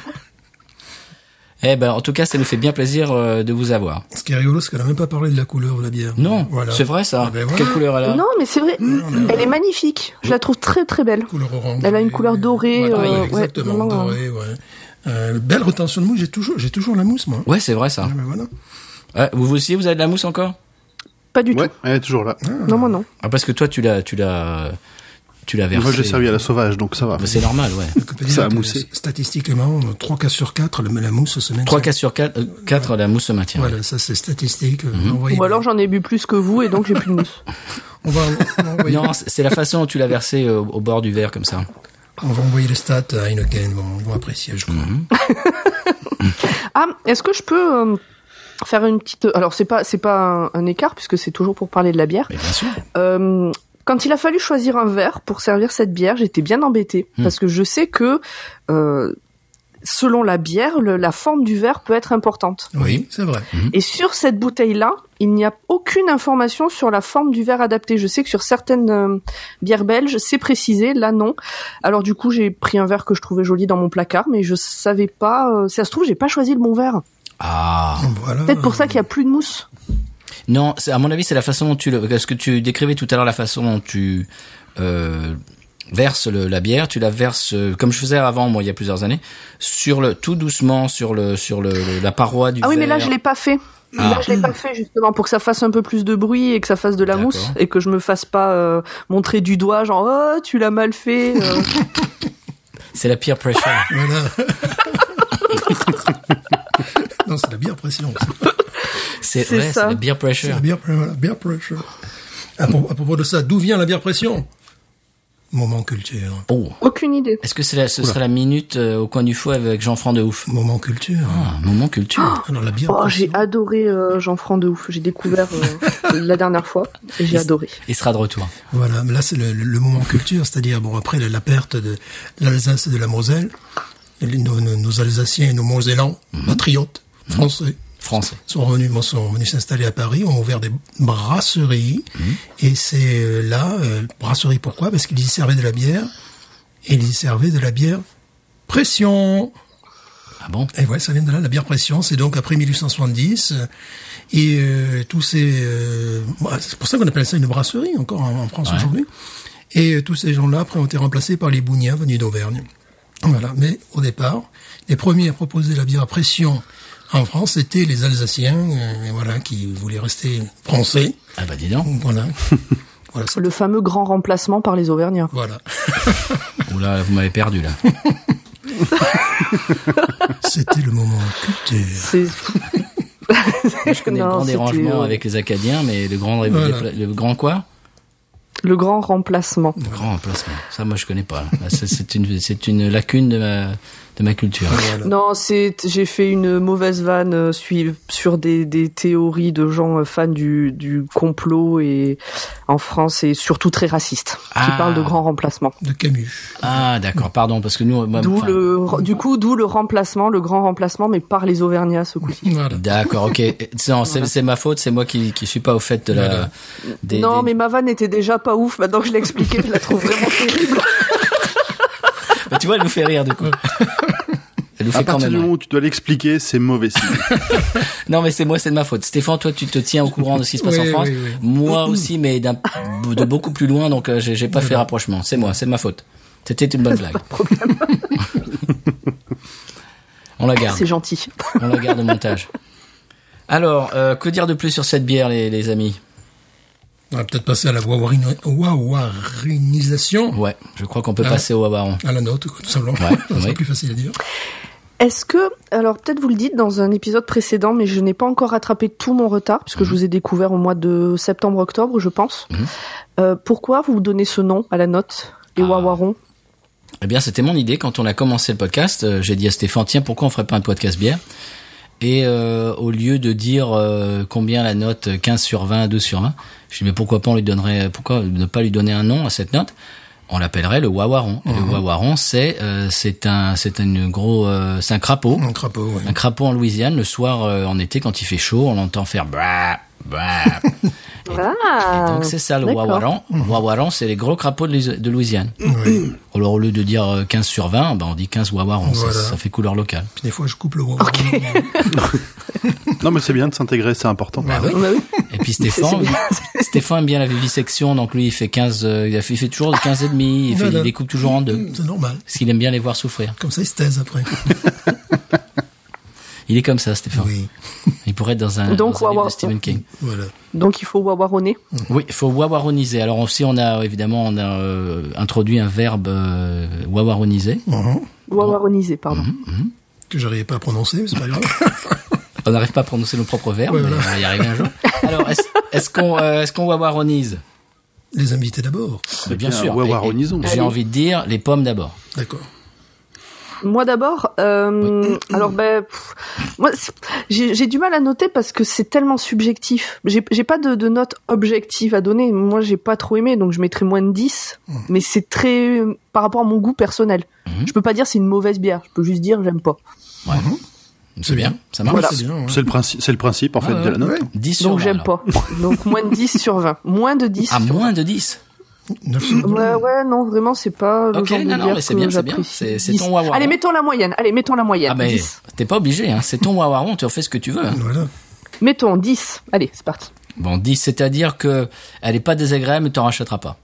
Eh ben, en tout cas, ça nous fait bien plaisir de vous avoir. Ce qui est rigolo, c'est qu'elle a même pas parlé de la couleur de la bière. Non, Voilà. c'est vrai ça. Ah ben voilà. Quelle couleur elle a? Non, mais c'est vrai. Elle est magnifique. Je la trouve très très belle. Couleur orange. Elle a une couleur dorée. Voilà, ouais, exactement, non, dorée, ouais. Belle retention de mousse, j'ai toujours la mousse, moi. Ouais, c'est vrai ça. Ah, ben voilà. Ouais, vous aussi, vous avez de la mousse encore? Pas du Ouais, tout. elle est toujours là. Non, moi non. Ah, parce que toi, tu l'as versé. Moi, j'ai servi à la sauvage, donc ça va. Bah, c'est normal, ouais. On peut dire Ça a que moussé. Statistiquement, 3 cas sur 4, la mousse se maintient. 3 cas sur 4, la mousse se maintient. Voilà, ça c'est statistique. Envoyez- Ou alors j'en ai bu plus que vous et donc j'ai plus de mousse. on va envoyer, Non, c'est la façon dont tu l'as versé au bord du verre, comme ça. on va envoyer les stats à Heineken. Bon, ils vont apprécier, je crois. Ah, est-ce que je peux faire une petite... Alors c'est pas un écart puisque c'est toujours pour parler de la bière. Mais bien sûr. Quand il a fallu choisir un verre pour servir cette bière, j'étais bien embêtée parce que je sais que selon la bière, la forme du verre peut être importante. Oui, c'est vrai. Et sur cette bouteille-là, il n'y a aucune information sur la forme du verre adapté. Je sais que sur certaines bières belges, c'est précisé, là non. Alors du coup, j'ai pris un verre que je trouvais joli dans mon placard, mais je savais pas... ça se trouve, j'ai pas choisi le bon verre. Ah. Voilà. Peut-être pour ça qu'il y a plus de mousse. Non, à mon avis, c'est la façon dont ce que tu décrivais tout à l'heure, la façon dont tu verses la bière, tu la verses comme je faisais avant, moi, il y a plusieurs années, tout doucement sur la paroi du verre. Ah oui, mais là, je l'ai pas fait. Là, je l'ai pas fait justement pour que ça fasse un peu plus de bruit et que ça fasse de la D'accord. mousse et que je me fasse pas montrer du doigt genre oh tu l'as mal fait. C'est la peer pressure. Voilà. Non, c'est la bière pression. C'est C'est ça. la beer C'est pressure. la bière, voilà, beer pressure. À propos de ça, d'où vient la bière pression? Moment culture. Oh. Aucune idée. Est-ce que ce serait la minute au coin du feu avec Jean-Franc de Ouf? Moment culture. Ah, moment culture. Alors la bière Oh, pression. j'ai adoré Jean-Franc de Ouf. J'ai découvert la dernière fois et j'ai adoré. Il sera de retour. Voilà, mais là c'est le moment culture, c'est-à-dire bon après la perte de l'Alsace et de la Moselle, nos Alsaciens et nos Mosellans, patriotes français, Français. sont venus s'installer à Paris, ont ouvert des brasseries et c'est là brasserie pourquoi? Parce qu'ils y servaient de la bière et ils y servaient de la bière pression. Ah bon? Et ouais, ça vient de là, la bière pression. C'est donc après 1870. Et tous ces... c'est pour ça qu'on appelle ça une brasserie, encore en France Ouais. aujourd'hui. Et tous ces gens-là, après, ont été remplacés par les bougniens venus d'Auvergne. Voilà. Mais au départ, les premiers à proposer la bière à pression en France, c'était les Alsaciens, voilà, qui voulaient rester français. Ah bah dis donc. Voilà. Voilà. Le fameux grand remplacement par les Auvergnats. Voilà. Oula, vous m'avez perdu là. C'était le moment culture. C'est... Je connais Non, le grand c'était, dérangement avec les Acadiens, mais le grand Voilà. le grand quoi? le grand remplacement. Le grand remplacement. Ça, moi, je connais pas. Là, c'est une lacune de ma culture. Voilà. Non, j'ai fait une mauvaise vanne sur des théories de gens fans du complot et en France et surtout très racistes qui parlent de grands remplacements. De Camus. Ah d'accord, pardon, parce que nous... D'où le remplacement, le grand remplacement, mais par les Auvergnats ce coup-ci. Voilà. D'accord, ok. Non, c'est ma faute, c'est moi qui suis pas au fait de la... Mais ma vanne était déjà pas ouf, maintenant que je l'ai expliqué, je la trouve vraiment terrible. Bah, tu vois, elle nous fait rire du coup. Elle nous fait À quand partir du même moment où tu dois l'expliquer, c'est mauvais signe. Non, mais c'est de ma faute. Stéphane, toi, tu te tiens au courant de ce qui se passe en France. Oui. Moi aussi, mais de beaucoup plus loin, donc j'ai pas fait rapprochement. C'est moi, c'est de ma faute. C'était une bonne blague. On la garde. C'est gentil. On la garde au montage. Alors, que dire de plus sur cette bière, les amis? On va peut-être passer à la wawarinisation. Ouais, je crois qu'on peut passer au Wawaron. À la note, quoi, tout simplement. Ouais, Ça sera oui. plus facile à dire. Est-ce que, alors peut-être vous le dites dans un épisode précédent, mais je n'ai pas encore rattrapé tout mon retard, puisque je vous ai découvert au mois de septembre-octobre, je pense. Pourquoi vous donnez ce nom à la note, les Wawarons? Eh bien, c'était mon idée quand on a commencé le podcast. J'ai dit à Stéphane, tiens, pourquoi on ferait pas un podcast bière? Et au lieu de dire combien la note 15 sur 20, 2 sur 20, je dis mais pourquoi ne pas lui donner un nom à cette note? On l'appellerait le Wawaron. Et le Wawaron, c'est un crapaud. Un crapaud, ouais. Un crapaud en Louisiane, le soir en été quand il fait chaud, on l'entend faire bra bra. Et donc c'est ça le d'accord. Wawaron. Wawaron, c'est les gros crapauds de Louisiane. Oui. Alors au lieu de dire 15 sur 20, on dit 15 Wawarons. Voilà. Ça fait couleur locale. Puis des fois, je coupe le wawaron. Non, mais c'est bien de s'intégrer, c'est important. Bah oui. Bah oui. Et puis Stéphane aime bien la vivisection, donc lui il fait 15, il fait toujours 15 et demi, il Voilà. les coupe toujours en deux. C'est normal. Parce qu'il aime bien les voir souffrir. Comme ça, il se taise après. Il est comme ça, Stéphane. Oui. Il pourrait être dans un Donc, livre de Stephen King. Voilà. Donc il faut wawaronner. Oui, il faut wawaroniser. Alors aussi, on a introduit un verbe wawaroniser. Wawaroniser, pardon. Que j'arrivais pas à prononcer, mais c'est pas grave. On n'arrive pas à prononcer nos propres verbes, Ouais, mais voilà. on va y arriver un jour. Alors, est-ce qu'on wawaronise? Les invités d'abord. Bien bien, sûr. wawaronisons. J'ai envie de dire les pommes d'abord. D'accord. Moi d'abord, alors moi j'ai du mal à noter parce que c'est tellement subjectif. J'ai pas de note objective à donner. Moi j'ai pas trop aimé, donc je mettrais moins de 10. Mais c'est très par rapport à mon goût personnel. Je peux pas dire c'est une mauvaise bière. Je peux juste dire j'aime pas. Ouais. C'est bien, ça marche. Voilà. C'est bien. Ouais. C'est le principe, en fait, de la note. Ouais. 10 sur Donc 20, j'aime alors. pas. Donc moins de 10 sur 20. Moins de 10 Ah, sur moins de 10. 9 sur 20. Ouais, non, vraiment, c'est pas le Ok, genre de non, bière mais c'est que bien, c'est bien. j'apprécie. C'est 10. ton wawaron. Allez, mettons la moyenne. Ah, mais 10. t'es pas obligé, hein. C'est ton wawaron, tu en fais ce que tu veux, hein. Voilà. Mettons 10. Allez, c'est parti. Bon, 10, c'est-à-dire que elle est pas désagréable, mais t'en rachèteras pas.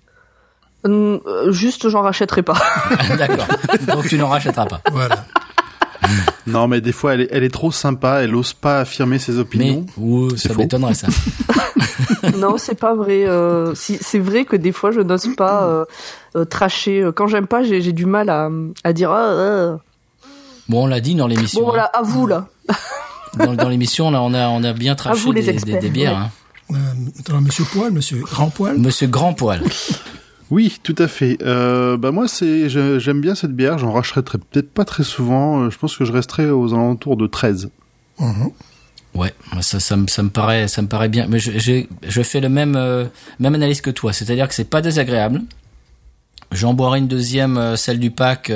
Juste, j'en rachèterai pas. D'accord. Donc tu n'en rachèteras pas. Voilà. Non, mais des fois, elle est trop sympa, elle ose pas affirmer ses Mais, opinions. ça faux. m'étonnerait, ça. Non, c'est pas vrai. C'est vrai que des fois, je n'ose pas tracher. Quand j'aime pas, j'ai du mal à dire. Bon, on l'a dit dans l'émission. Bon, voilà, à vous, là. Dans l'émission, là, on a bien traché vous, les experts, des bières, ouais. hein. Attends, Monsieur Poil, Monsieur Grand Poil. Monsieur Grand Poil. Oui, tout à fait. Moi, j'aime bien cette bière. J'en rachèterai peut-être pas très souvent. Je pense que je resterai aux alentours de 13. Ouais, ça me paraît bien. Mais je fais le même analyse que toi. C'est-à-dire que c'est pas désagréable. J'en boirai une deuxième, celle du pack,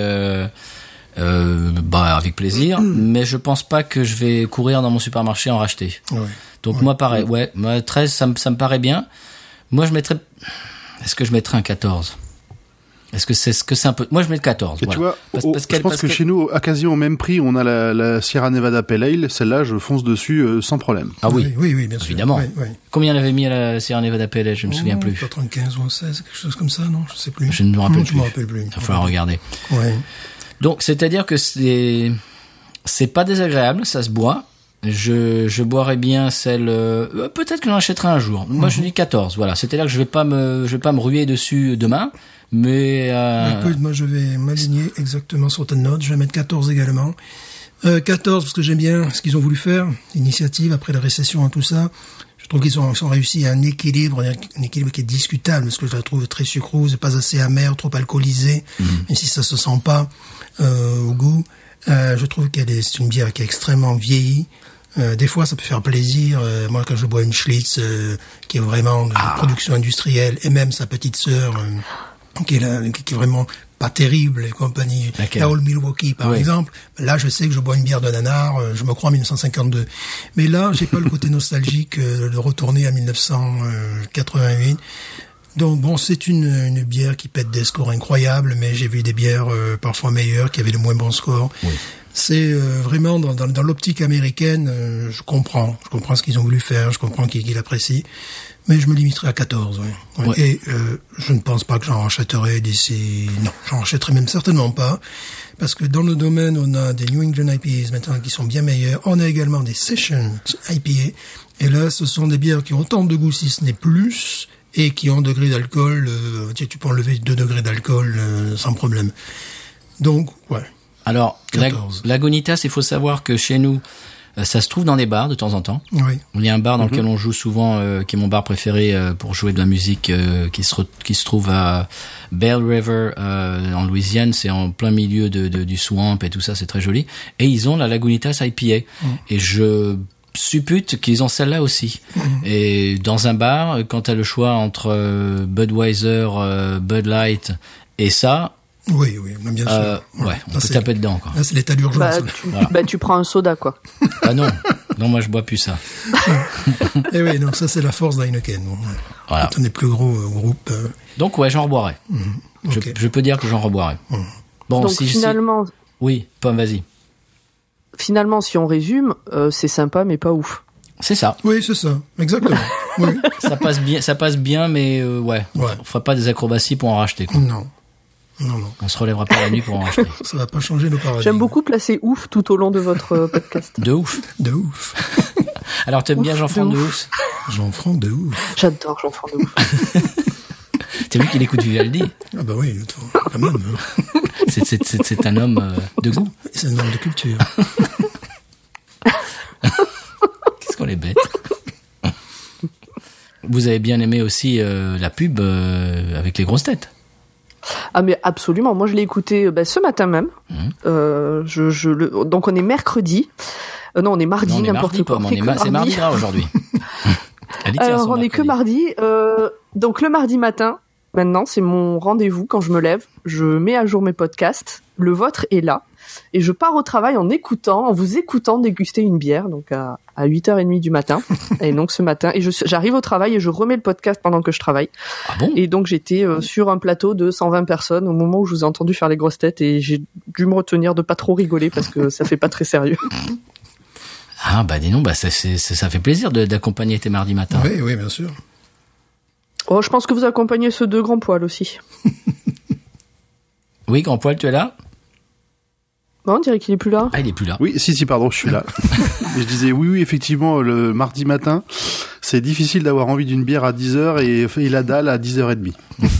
avec plaisir. Mais je pense pas que je vais courir dans mon supermarché en racheter. Ouais. Donc moi, pareil. Ouais, moi, 13, ça me paraît bien. Moi, est-ce que je mettrais un 14? Est-ce que c'est un peu... Moi, je mets le 14. Et voilà. tu vois, je pense parce que chez nous, à quasiment au même prix, on a la Sierra Nevada Pale Ale. Celle-là, je fonce dessus sans problème. Ah oui, Oui, bien sûr. évidemment. Ouais, ouais. Combien on avait mis à la Sierra Nevada Pale Ale? Je me souviens plus. 95 ou 16, quelque chose comme ça, non? Je sais plus. Je ne me rappelle Je plus. me rappelle plus. Il va falloir regarder. Ouais. Donc, c'est-à-dire que c'est pas désagréable, ça se boit. Je boirais bien celle, peut-être que j'en achèterai un jour. Moi, je dis 14, voilà. C'est-à-dire que je vais pas me ruer dessus demain, mais, Écoute, moi, je vais m'aligner exactement sur ta note. Je vais mettre 14 également. 14 parce que j'aime bien ce qu'ils ont voulu faire. L'initiative après la récession et tout ça. Je trouve qu'ils ont réussi à un équilibre qui est discutable, parce que je la trouve très sucrose, pas assez amère, trop alcoolisée, même si ça se sent pas au goût. Je trouve c'est une bière qui est extrêmement vieillie. Des fois, ça peut faire plaisir. Moi, quand je bois une Schlitz, qui est vraiment de production industrielle, et même sa petite sœur, qui est vraiment pas terrible, et compagnie. Okay. La Old Milwaukee, par exemple. Là, je sais que je bois une bière de nanar, je me crois en 1952. Mais là, j'ai pas le côté nostalgique de retourner à 1988. Donc bon, c'est une bière qui pète des scores incroyables, mais j'ai vu des bières parfois meilleures qui avaient de moins bons scores. Oui. C'est vraiment dans l'optique américaine, je comprends ce qu'ils ont voulu faire, je comprends qu'ils l'apprécient, mais je me limiterai à 14. Ouais. Ouais. Et je ne pense pas que j'en rachèterai d'ici. Non, j'en rachèterai même certainement pas, parce que dans le domaine, on a des New England IPAs maintenant qui sont bien meilleurs. On a également des Session IPA, et là, ce sont des bières qui ont autant de goût, si ce n'est plus, et qui ont degré d'alcool. Tu peux enlever 2 degrés d'alcool sans problème. Donc, ouais. Alors, Lagunitas, il faut savoir que chez nous, ça se trouve dans les bars de temps en temps. Oui. Il y a un bar dans lequel on joue souvent, qui est mon bar préféré pour jouer de la musique, qui se trouve à Bell River, en Louisiane. C'est en plein milieu du swamp et tout ça, c'est très joli. Et ils ont la Lagunitas IPA. Et je suppute qu'ils ont celle-là aussi. Et dans un bar, quand tu as le choix entre Budweiser, Bud Light et ça... Oui, bien sûr. Ouais, on peut taper dedans, quoi. Là, c'est l'état d'urgence. Tu prends un soda, quoi. Ah non, moi je bois plus ça. Et oui, donc ça c'est la force d'Heineken. Voilà. C'est un des plus gros groupes. Donc ouais, j'en reboirai. Okay. Je peux dire que j'en reboirai. Bon, donc finalement... Oui, Pomme, vas-y. Finalement, si on résume, c'est sympa, mais pas ouf. C'est ça. Oui, c'est ça. Exactement. Oui. Ça passe bien, mais ouais. On fera pas des acrobaties pour en racheter, quoi. Non. On se relèvera pas la nuit pour en racheter. Ça va pas changer nos paradigmes. J'aime beaucoup placer ouf tout au long de votre podcast. De ouf. Alors, t'aimes bien Jean-Franck de ouf? Jean-Franck de ouf. J'adore Jean-Franck de ouf. T'as vu qu'il écoute Vivaldi? Ah bah oui, quand même. C'est un homme de goût. C'est un homme de culture. Qu'est-ce qu'on est bête. Vous avez bien aimé aussi la pub avec les grosses têtes? Ah mais absolument, moi je l'ai écouté ce matin même. Donc on est mercredi. Non, on est mardi, n'importe quoi. C'est mardi gras aujourd'hui. Alors on est que mardi. Donc le mardi matin, maintenant c'est mon rendez-vous quand je me lève. Je mets à jour mes podcasts. Le vôtre est là. Et je pars au travail en vous écoutant déguster une bière, donc à 8h30 du matin. Et donc ce matin, j'arrive au travail et je remets le podcast pendant que je travaille. Ah bon? Et donc j'étais sur un plateau de 120 personnes au moment où je vous ai entendu faire les grosses têtes et j'ai dû me retenir de pas trop rigoler parce que ça fait pas très sérieux. Ah bah dis donc, ça fait plaisir d'accompagner tes mardis matins. Oui, bien sûr. Oh, je pense que vous accompagnez ceux de Grand Poil aussi. Oui, Grand Poil, tu es là? Bon, on dirait qu'il est plus là. Ah, il est plus là. Oui, si, pardon, je suis là. Et je disais, oui, effectivement, le mardi matin, c'est difficile d'avoir envie d'une bière à 10h et la dalle à 10h30.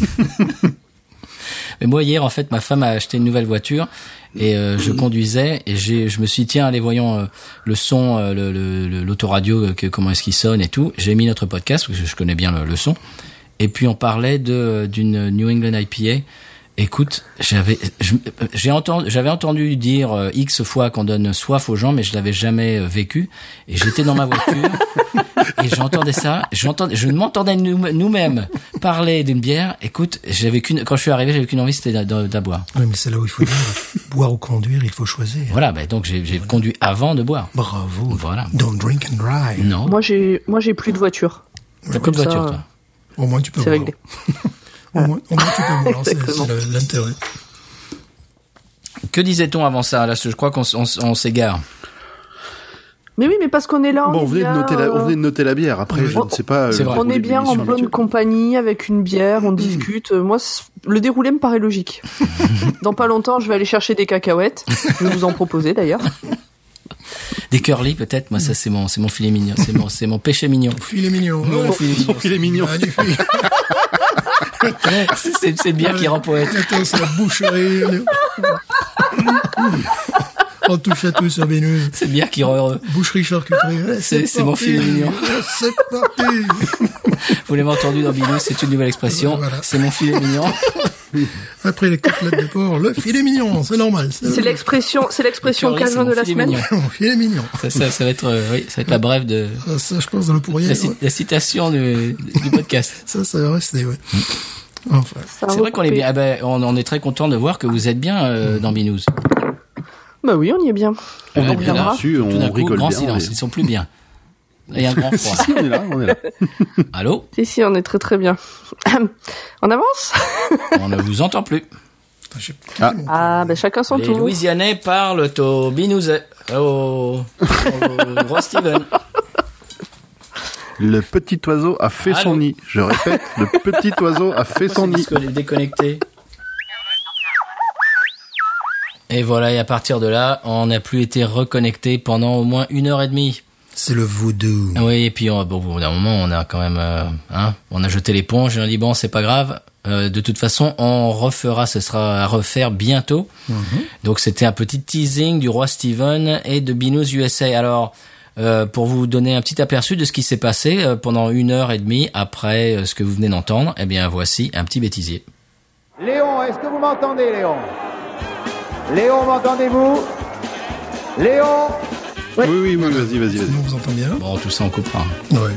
Mais moi, hier, en fait, ma femme a acheté une nouvelle voiture et je conduisais et je me suis dit, tiens, allez, voyons le son, l'autoradio, comment est-ce qu'il sonne et tout. J'ai mis notre podcast parce que je connais bien le son. Et puis, on parlait d'une New England IPA. Écoute, j'avais entendu dire X fois qu'on donne soif aux gens, mais je l'avais jamais vécu. Et j'étais dans ma voiture et j'entendais ça. Je m'entendais nous-mêmes parler d'une bière. Écoute, quand je suis arrivé, j'avais qu'une envie, c'était de boire. Oui, mais c'est là où il faut dire, boire ou conduire, il faut choisir. Voilà, donc j'ai conduit avant de boire. Bravo. Voilà. Don't drink and drive. Non. Moi, j'ai plus de voiture. T'as plus de voiture, toi. Au moins, tu peux boire. Réglé. Au moins, tu peux boire, c'est l'intérêt. Que disait-on avant ça? Là, je crois qu'on s'égare. Mais oui, mais parce qu'on est là. Bon, on venait de noter la bière. Après, je ne sais pas. On est bien en bonne compagnie avec une bière, on discute. Moi, le déroulé me paraît logique. Dans pas longtemps, je vais aller chercher des cacahuètes. Je vais vous en proposer d'ailleurs. Des curly peut-être. Moi, ça c'est mon filet mignon. C'est mon péché mignon. Filet mignon. Son filet mignon. Magnifique. C'est bien qui rend poète. Attends, c'est la boucherie. On touche à tout sur Binous. C'est bien qu'il re... Boucherie charcuterie. Ouais, C'est mon filet mignon. Ouais, c'est parti. Vous l'avez entendu dans Binous, c'est une nouvelle expression. Voilà. C'est mon filet mignon. Après les côtelettes de porc, le filet mignon, c'est normal. C'est l'expression Curry, Calvin de la filet semaine. mignon. Mon filet mignon. Ça va être, oui, ça va être la brève de Ça, je pense, dans le pourrier. Ouais. la citation du podcast. Ça va rester, ouais. Enfin. C'est vrai qu'on est bien. Ah ben, on est très content de voir que vous êtes bien dans Binous. Bah oui, on y est bien. On est bien reviendra. là-dessus, Tout d'un on coup, rigole grand bien. silence. Ils sont plus bien. Il y a un grand froid. Si, on est là, on est là. Allô? Si, on est très très bien. On avance? On ne vous entend plus. Ah, ben chacun son Les tour. Louisianais parlent au Binousais. Au Roi Steven. Le petit oiseau a fait Allô son nid. Je répète, le petit oiseau a fait son nid. C'est déconnecté. Et voilà, et à partir de là, on n'a plus été reconnecté pendant au moins 1h30. C'est le voodoo. Oui, et puis bon, au bout d'un moment, on a quand même, on a jeté l'éponge et on a dit bon, c'est pas grave. De toute façon, on refera, ce sera à refaire bientôt. Donc c'était un petit teasing du Roi Steven et de Binous USA. Alors, pour vous donner un petit aperçu de ce qui s'est passé pendant 1h30 après ce que vous venez d'entendre, eh bien voici un petit bêtisier. Léon, est-ce que vous m'entendez, Léon? Léon, m'entendez-vous? Léon? Oui, vas-y. On vous entend bien? Bon, tout ça on coupera. Ouais.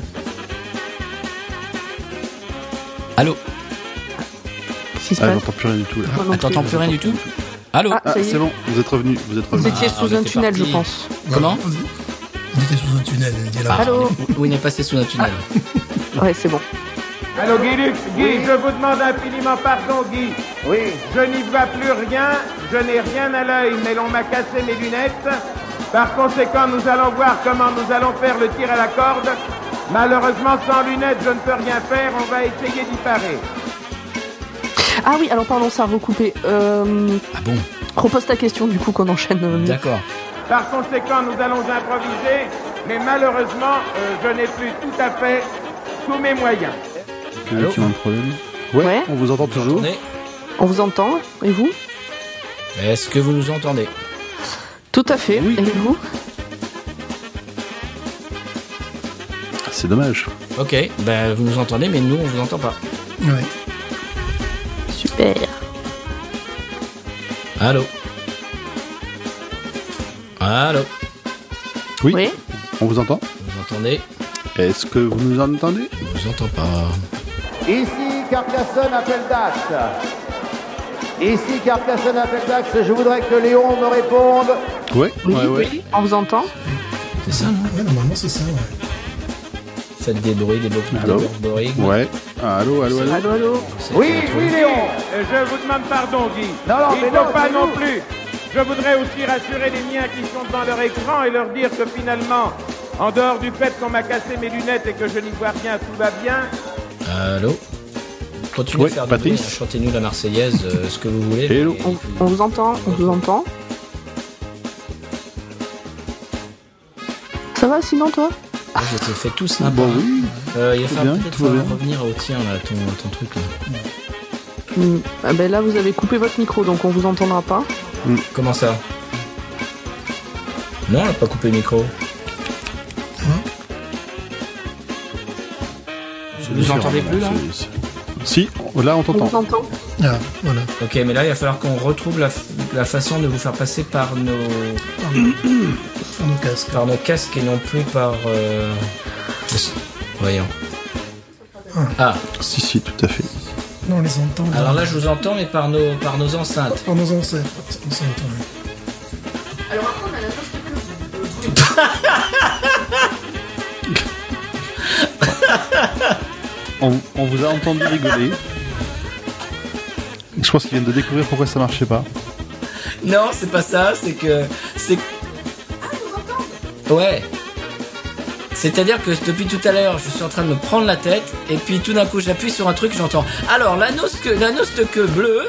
Allô? Qu'est-ce qui se Ah, passe? j'entends plus rien du tout là. Moi non Ah, t'entends plus. plus rien du tout? Allô? Ah, ça y est. C'est bon, vous êtes revenu. Vous étiez Ah, sous on un était tunnel, parti. je pense. Comment? On était sous un tunnel, il dit là. Allô? Oui, il est passé sous un tunnel. Ouais, c'est bon. Allô, Guy Luc? Guy, je vous demande infiniment pardon, Guy. Oui. Je n'y vois plus rien, je n'ai rien à l'œil, mais l'on m'a cassé mes lunettes. Par conséquent, nous allons voir comment nous allons faire le tir à la corde. Malheureusement, sans lunettes, je ne peux rien faire, on va essayer d'y parer. Ah oui, alors pardon, ça a recoupé. Ah bon? Repose ta question, du coup, qu'on enchaîne. D'accord. Par conséquent, nous allons improviser, mais malheureusement, je n'ai plus tout à fait tous mes moyens. Allô? Qui ont un problème? Ouais, on vous entend toujours. Entendez? On vous entend, et vous? Est-ce que vous nous entendez? Tout à fait, Oui. et vous? C'est dommage. Ok, ben vous nous entendez, mais nous on vous entend pas. Ouais. Super. Allô? Allô? Oui, Oui. on vous entend. Vous entendez? Est-ce que vous nous entendez? On vous entend pas. Ici, Carcassonne appelle Dax. Ici, Carcassonne appelle Dax. Je voudrais que Léon me réponde. Ouais. On vous entend? C'est ça, non? Ouais, normalement, c'est ça, ouais. Faites des bruits, des Allô? bruits. Ouais. Allô. Allô, allô? Oui, Léon. Je vous demande pardon, Guy. Non, il ne faut pas non plus. Je voudrais aussi rassurer les miens qui sont devant leur écran et leur dire que finalement, en dehors du fait qu'on m'a cassé mes lunettes et que je n'y vois rien, tout va bien. Allô? Continuez Ouais, de faire du Patrice. bruit, chantez-nous la Marseillaise, ce que vous voulez. Hello. Et puis- On vous entend, on vous entend. Ça va sinon, toi? Ah, je te fais tout ça. Bon, oui. Il va Tout falloir bien, peut-être tout va bien. revenir au tien, là, ton truc, là. Ah ben là, vous avez coupé votre micro, donc on vous entendra pas. Comment ça? Non, on n'a pas coupé le micro. Vous nous entendez plus, là? Si, là on On t'entend. vous entend. Ah, voilà. Ok, mais là, il va falloir qu'on retrouve la façon de vous faire passer par nos Par nos casques. et non plus par... Voyons. Ah, Si, tout à fait. Non, on les entend. alors là, je vous entends, mais par nos enceintes. Par nos ancêtres. On s'entend, ouais. On vous a entendu rigoler. Je pense qu'ils viennent de découvrir pourquoi ça marchait pas. Non, c'est pas ça, c'est que... Ouais. C'est-à-dire que depuis tout à l'heure, je suis en train de me prendre la tête, et puis tout d'un coup, j'appuie sur un truc, j'entends... Alors, l'anneau de queue bleue...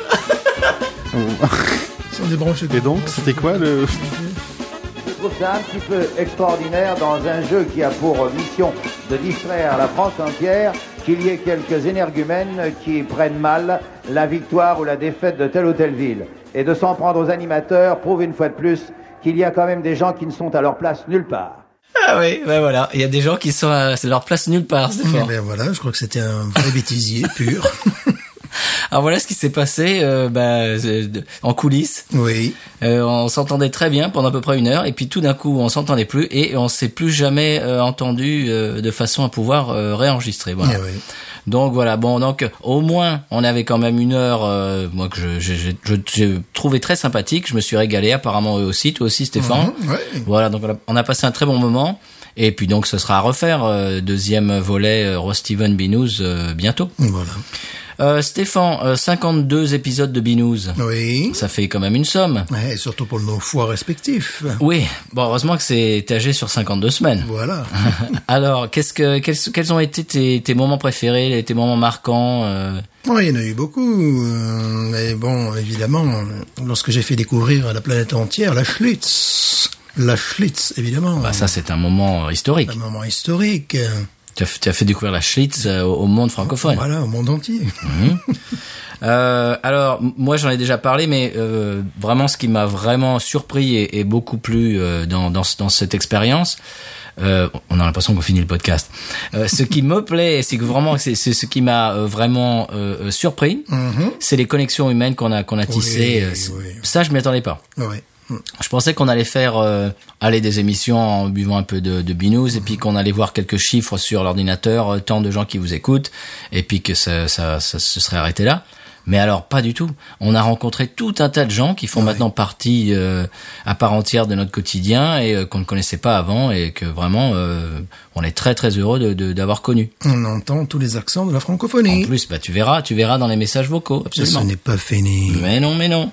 Ils sont débranchés. Et donc, c'était quoi le... Je trouve ça un petit peu extraordinaire dans un jeu qui a pour mission de distraire la France entière, qu'il y ait quelques énergumènes qui prennent mal la victoire ou la défaite de telle ou telle ville. Et de s'en prendre aux animateurs prouve une fois de plus qu'il y a quand même des gens qui ne sont à leur place nulle part. Ah oui, ben voilà. Il y a des gens qui sont c'est leur place nulle part, c'est fort. Ben voilà, je crois que c'était un vrai bêtisier pur. Alors voilà ce qui s'est passé en coulisses. Oui. On s'entendait très bien pendant à peu près 1 heure, et puis tout d'un coup on s'entendait plus et on s'est plus jamais entendu de façon à pouvoir réenregistrer. Voilà. Oui. Donc voilà, bon, donc au moins on avait quand même 1 heure, moi que j'ai trouvé très sympathique. Je me suis régalé, apparemment eux aussi, toi aussi Stéphane. Ouais. Voilà, donc on a passé un très bon moment. Et puis donc ce sera à refaire, deuxième volet Ross Steven Binous bientôt. Voilà. Stéphane, 52 épisodes de Binous. Oui. Ça fait quand même une somme. Ouais, surtout pour nos foies respectifs. Oui. Bon, heureusement que c'est étagé sur 52 semaines. Voilà. Alors, quels ont été tes moments préférés, tes moments marquants Ouais, il y en a eu beaucoup. Mais bon, évidemment, lorsque j'ai fait découvrir à la planète entière la Schlitz, évidemment. Bah ça, c'est un moment historique. Un moment historique. Tu as fait découvrir la Schlitz au monde francophone. Voilà, au monde entier. Alors, moi, j'en ai déjà parlé, mais vraiment, ce qui m'a vraiment surpris et beaucoup plu dans cette expérience, on a l'impression qu'on finit le podcast. Ce qui me plaît, c'est que vraiment, c'est ce qui m'a vraiment surpris, c'est les connexions humaines qu'on a tissées. Oui. Ça, je m'y attendais pas. Oui. Je pensais qu'on allait faire aller des émissions en buvant un peu de binous et puis qu'on allait voir quelques chiffres sur l'ordinateur, tant de gens qui vous écoutent, et puis que ça se serait arrêté là. Mais alors pas du tout. On a rencontré tout un tas de gens qui font maintenant partie à part entière de notre quotidien et qu'on ne connaissait pas avant et que vraiment on est très très heureux d'avoir connu. On entend tous les accents de la francophonie. En plus, bah tu verras dans les messages vocaux, absolument. Ce n'est pas fini. Mais non.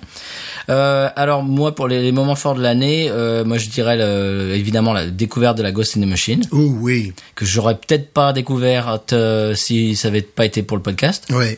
Alors moi pour les moments forts de l'année, moi je dirais évidemment la découverte de la Ghost in the Machine. Oh oui. Que j'aurais peut-être pas découverte si ça avait pas été pour le podcast. Oui.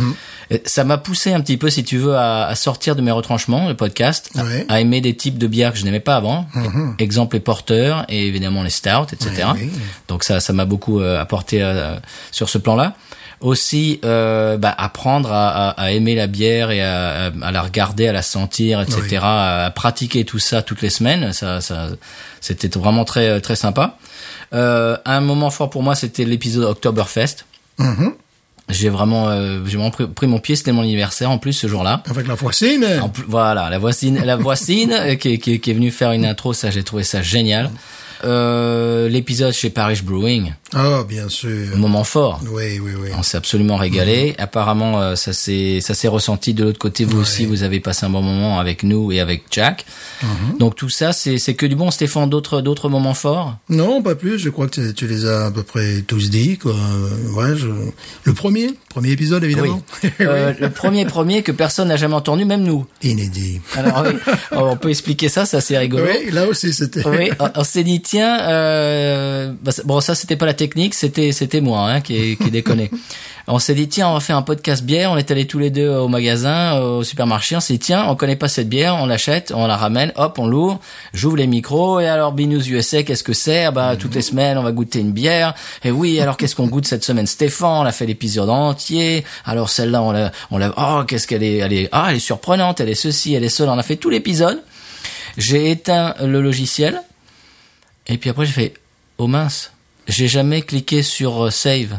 Ça m'a poussé un petit peu, si tu veux, à sortir de mes retranchements, le podcast, à aimer des types de bières que je n'aimais pas avant. Exemple les porteurs et évidemment les stouts, etc. Oui. Donc ça m'a beaucoup apporté sur ce plan-là. Aussi apprendre à aimer la bière et à la regarder, à la sentir, etc. Oui. À pratiquer tout ça toutes les semaines. Ça c'était vraiment très très sympa. Un moment fort pour moi, c'était l'épisode Oktoberfest. J'ai vraiment pris mon pied, c'était mon anniversaire en plus ce jour-là. Avec la voisine. Voilà, la voisine qui est venue faire une intro, ça j'ai trouvé ça génial. L'épisode chez Parish Brewing. Ah, bien sûr. Moment fort. Oui. On s'est absolument régalé. Apparemment, ça s'est ressenti de l'autre côté. Vous aussi, vous avez passé un bon moment avec nous et avec Jack. Donc tout ça, c'est que du bon. Stéphane, d'autres moments forts? Non, pas plus. Je crois que tu les as à peu près tous dit, quoi. Ouais, le premier épisode, évidemment. Oui. Le premier que personne n'a jamais entendu, même nous. Inédit. Alors oui, on peut expliquer ça, c'est assez rigolo. Oui, là aussi c'était. Oui, on s'est dit tiens, bon ça c'était pas la technique, c'était moi qui déconnais. On s'est dit tiens, on va faire un podcast bière. On est allés tous les deux au magasin, au supermarché. On s'est dit tiens, on connaît pas cette bière, on l'achète, on la ramène, hop, on l'ouvre, j'ouvre les micros et alors Binous USA, qu'est-ce que c'est? Toutes les semaines, on va goûter une bière. Et oui, alors qu'est-ce qu'on goûte cette semaine, Stéphane? On a fait l'épisode entier. Alors celle-là, on l'a. Oh, qu'est-ce qu'elle est? Elle est surprenante. Elle est ceci, elle est cela. On a fait tout l'épisode. J'ai éteint le logiciel et puis après j'ai fait oh mince. J'ai jamais cliqué sur save.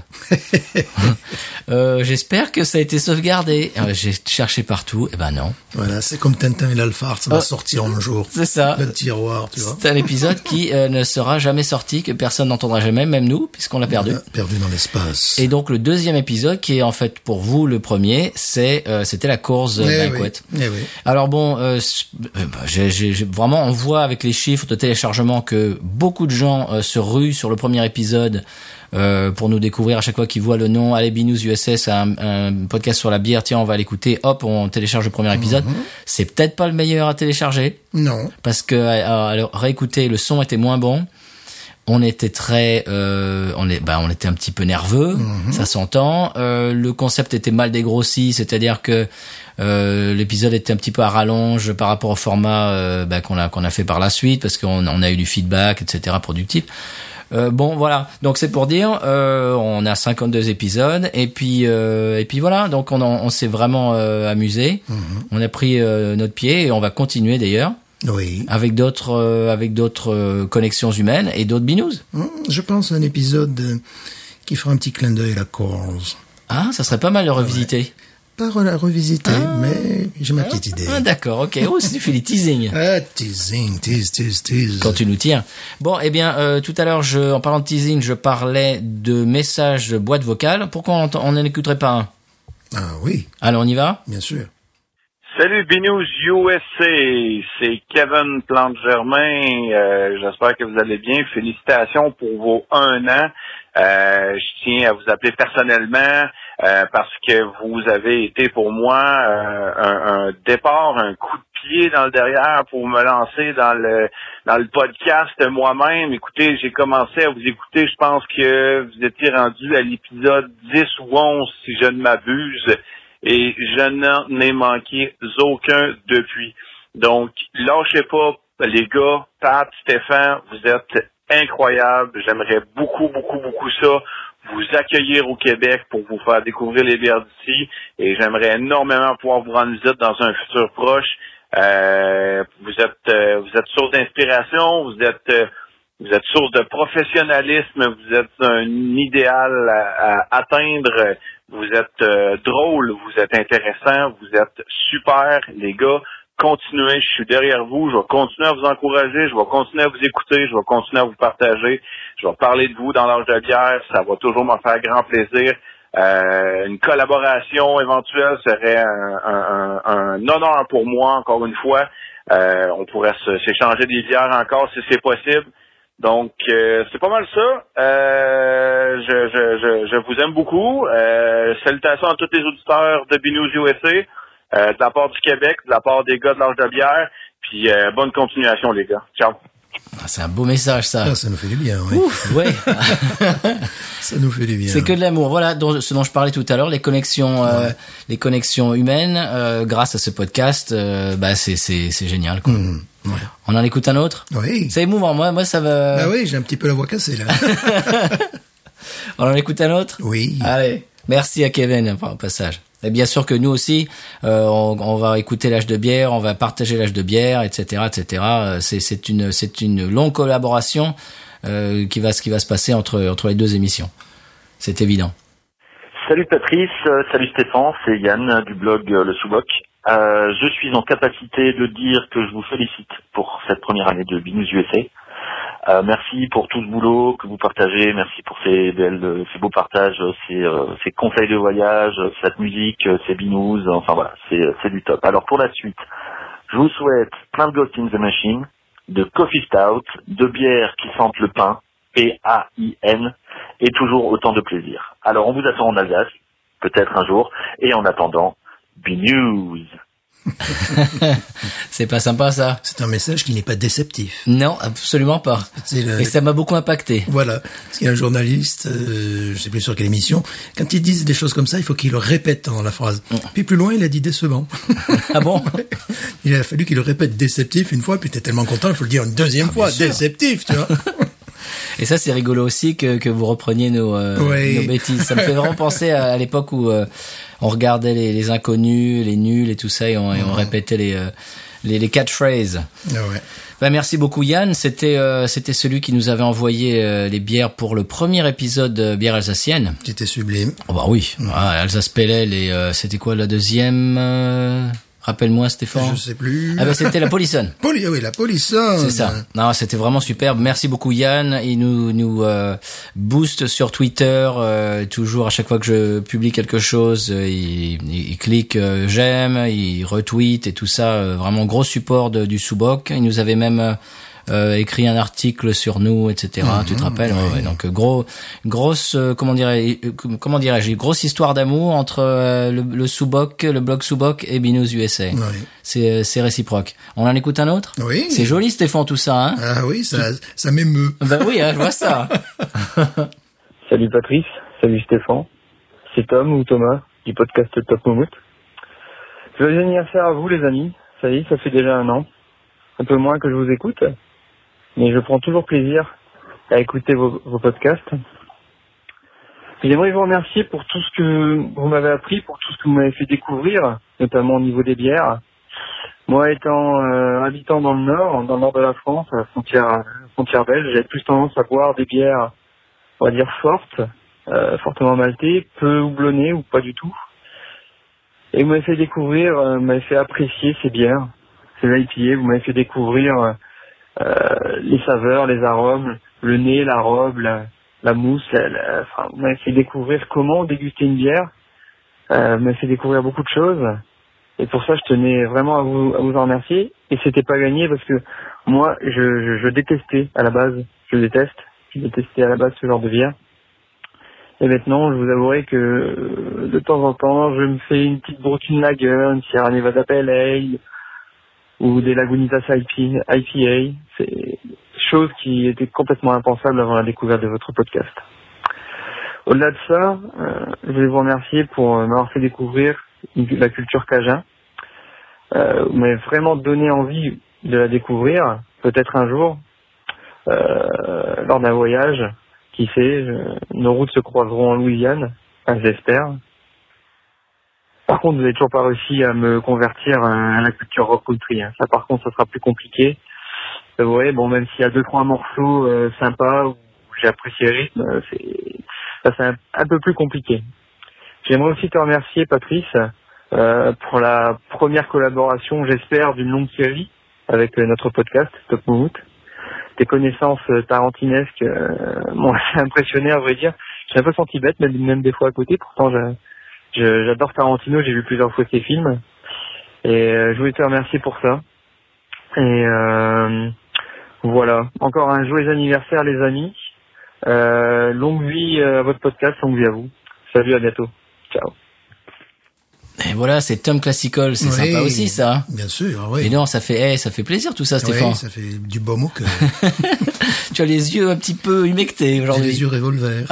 J'espère que ça a été sauvegardé. J'ai cherché partout. Eh ben non. Voilà, c'est comme Tintin et l'Alphard, ça va sortir un jour. C'est ça. Le tiroir, tu vois. C'est un épisode qui ne sera jamais sorti, que personne n'entendra jamais, même nous, puisqu'on l'a perdu. Voilà, perdu dans l'espace. Et donc le deuxième épisode, qui est en fait pour vous le premier, c'était la course Banquet. Oui. Alors bon, j'ai vraiment, on voit avec les chiffres de téléchargement que beaucoup de gens se ruent sur le premier épisode pour nous découvrir à chaque fois qu'ils voient le nom. Allez, Binous USA, c'est un podcast sur la bière. Tiens, on va l'écouter. Hop, on télécharge le premier épisode. C'est peut-être pas le meilleur à télécharger. Non. Parce que alors réécouter, le son était moins bon. On était on était un petit peu nerveux. Ça s'entend. Le concept était mal dégrossi, c'est-à-dire que l'épisode était un petit peu à rallonge par rapport au format qu'on a fait par la suite, parce qu'on a eu du feedback, etc. productif. Bon voilà, donc c'est pour dire on a 52 épisodes et puis voilà, donc on s'est vraiment amusé. On a pris notre pied et on va continuer d'ailleurs. Oui. avec d'autres connexions humaines et d'autres binous. Je pense à un épisode qui fera un petit clin d'œil à la Corse. Ah, ça serait pas mal de revisiter. Pas la revisiter, mais j'ai ma petite idée. Ah, d'accord, ok. Oh, tu fais les teasing. Ah, teasing, tease. Quand tu nous tiens. Bon, eh bien, tout à l'heure, en parlant de teasing, je parlais de messages de boîte vocale. Pourquoi on n'en écouterait pas un? Ah oui, Alors, on y va? bien sûr. Salut Binous USA, c'est Kevin Plante-Germain. J'espère que vous allez bien. Félicitations pour vos 1 an. Je tiens à vous appeler personnellement parce que vous avez été pour moi un départ, un coup de pied dans le derrière pour me lancer dans le podcast moi-même. Écoutez, j'ai commencé à vous écouter, je pense que vous étiez rendu à l'épisode 10 ou 11 si je ne m'abuse. Et je n'en ai manqué aucun depuis. Donc, lâchez pas, les gars, Pat, Stéphane, vous êtes incroyables. J'aimerais beaucoup ça, vous accueillir au Québec pour vous faire découvrir les bières d'ici. Et j'aimerais énormément pouvoir vous rendre visite dans un futur proche. Vous êtes source d'inspiration, vous êtes source de professionnalisme, vous êtes un idéal à atteindre. Vous êtes drôle, vous êtes intéressant, vous êtes super, les gars. Continuez, je suis derrière vous, je vais continuer à vous encourager, je vais continuer à vous écouter, je vais continuer à vous partager, je vais parler de vous dans l'âge de bière, ça va toujours me faire grand plaisir. Une collaboration éventuelle serait un honneur pour moi, encore une fois. On pourrait s'échanger des bières encore si c'est possible. Donc, c'est pas mal ça. Je vous aime beaucoup. Salutations à tous les auditeurs de Binous USA, de la part du Québec, de la part des gars de l'âge de bière. Puis, bonne continuation, les gars. Ciao. Ah, c'est un beau message, ça. Ah, ça nous fait du bien, oui. Ouf, ouais. Ça nous fait du bien. C'est que de l'amour. Voilà, ce dont je parlais tout à l'heure, les connexions humaines, grâce à ce podcast, c'est génial, quoi. Ouais. On en écoute un autre? Oui. C'est émouvant. Moi, ça va. Bah oui, j'ai un petit peu la voix cassée, là. On en écoute un autre? Oui. Allez. Merci à Kevin, au passage. Et bien sûr que nous aussi, on va écouter l'âge de bière, on va partager l'âge de bière, etc., etc. C'est une longue collaboration qui va se passer entre les deux émissions. C'est évident. Salut Patrice, salut Stéphane, c'est Yann du blog Le Sous-Boc. Je suis en capacité de dire que je vous félicite pour cette première année de Binous USA. Merci pour tout ce boulot que vous partagez, merci pour ces beaux partages, ces conseils de voyage, cette musique, ces binous, enfin voilà, c'est du top. Alors pour la suite, je vous souhaite plein de Ghost in the Machine, de Coffee Stout, de bières qui sentent le pain, P-A-I-N, et toujours autant de plaisir. Alors on vous attend en Alsace, peut-être un jour, et en attendant, Binous. C'est pas sympa, ça. C'est un message qui n'est pas déceptif. Non, absolument pas. Et ça m'a beaucoup impacté. Voilà. Parce qu'il y a un journaliste, je sais plus sur quelle émission, quand ils disent des choses comme ça, il faut qu'il le répète dans la phrase. Puis plus loin, il a dit décevant. Ah bon? Il a fallu qu'il le répète déceptif une fois, puis t'es tellement content, il faut le dire une deuxième fois. Déceptif, tu vois. Et ça, c'est rigolo aussi que vous repreniez nos bêtises. Ça me fait vraiment penser à l'époque où on regardait les inconnus, les nuls et tout ça, et on répétait les catchphrases. Ah ouais. Ben, merci beaucoup Yann. C'était celui qui nous avait envoyé les bières pour le premier épisode de bière alsacienne. C'était sublime. Oh bah oui. Alsace Pale Ale et c'était quoi la deuxième? Rappelle-moi, Stéphane. Je sais plus. Ah ben c'était la Polisson. Oui, la Polisson. C'est ça. Non, c'était vraiment superbe. Merci beaucoup Yann. Il nous booste sur Twitter. Toujours à chaque fois que je publie quelque chose, il clique j'aime, il retweet et tout ça. Vraiment gros support du Sous-Boc. Il nous avait même écrit un article sur nous, etc. Tu te rappelles? Ouais. Donc grosse comment dirais-je, grosse histoire d'amour entre le Sous-Boc, le blog Sous-Boc et Binous USA. Ouais. C'est réciproque. On en écoute un autre? Oui. C'est joli Stéphane tout ça, hein? Ah oui, ça m'émeut. Ben oui, je vois ça. Salut Patrice, salut Stéphane. C'est Tom ou Thomas du podcast Top Moumout. Joyeux anniversaire à vous les amis. Ça y est, ça fait déjà 1 an. Un peu moins que je vous écoute. Mais je prends toujours plaisir à écouter vos podcasts. J'aimerais vous remercier pour tout ce que vous m'avez appris, pour tout ce que vous m'avez fait découvrir, notamment au niveau des bières. Moi, étant habitant dans le nord de la France, à la frontière belge, j'ai plus tendance à boire des bières, on va dire fortes, fortement maltées, peu houblonnées ou pas du tout. Et vous m'avez fait découvrir, vous m'avez fait apprécier ces bières, ces IPA, vous m'avez fait découvrir les saveurs, les arômes, le nez, la robe, la mousse, enfin, vous m'avez fait découvrir comment déguster une bière, vous m'avez fait découvrir beaucoup de choses. Et pour ça, je tenais vraiment à vous en remercier. Et c'était pas gagné parce que moi, je détestais à la base, je détestais à la base ce genre de bière. Et maintenant, je vous avouerai que de temps en temps, je me fais une petite Brooklyn Lager, une Sierra Nevada Pale Ale ou des Lagunitas IPA. C'est chose qui était complètement impensable avant la découverte de votre podcast. Au-delà de ça, je voulais vous remercier pour m'avoir fait découvrir la culture cajun. Vous m'avez vraiment donné envie de la découvrir, peut-être un jour, lors d'un voyage. Qui sait, nos routes se croiseront en Louisiane, j'espère. Par contre, vous n'avez toujours pas réussi à me convertir à la culture rock country. Ça, par contre, ça sera plus compliqué. Vous voyez, bon, même s'il y a 2-3 morceaux sympas où j'ai apprécié le rythme, c'est un peu plus compliqué. J'aimerais aussi te remercier, Patrice, pour la première collaboration, j'espère, d'une longue série avec notre podcast, Top Moumout. Tes connaissances tarantinesques m'ont assez impressionné, à vrai dire. J'ai un peu senti bête, même des fois à côté. Pourtant, j'adore Tarantino, j'ai vu plusieurs fois ses films. Et je voulais te remercier pour ça. Et voilà. Encore un joyeux anniversaire, les amis. Longue vie à votre podcast, longue vie à vous. Salut, à bientôt. Ciao. Et voilà, c'est Tom Classical, c'est sympa aussi, ça. Bien sûr, oui. Et non, ça fait plaisir tout ça, Stéphane. Oui, ça fait du baume au cœur. Tu as les yeux un petit peu humectés aujourd'hui. J'ai les yeux revolver.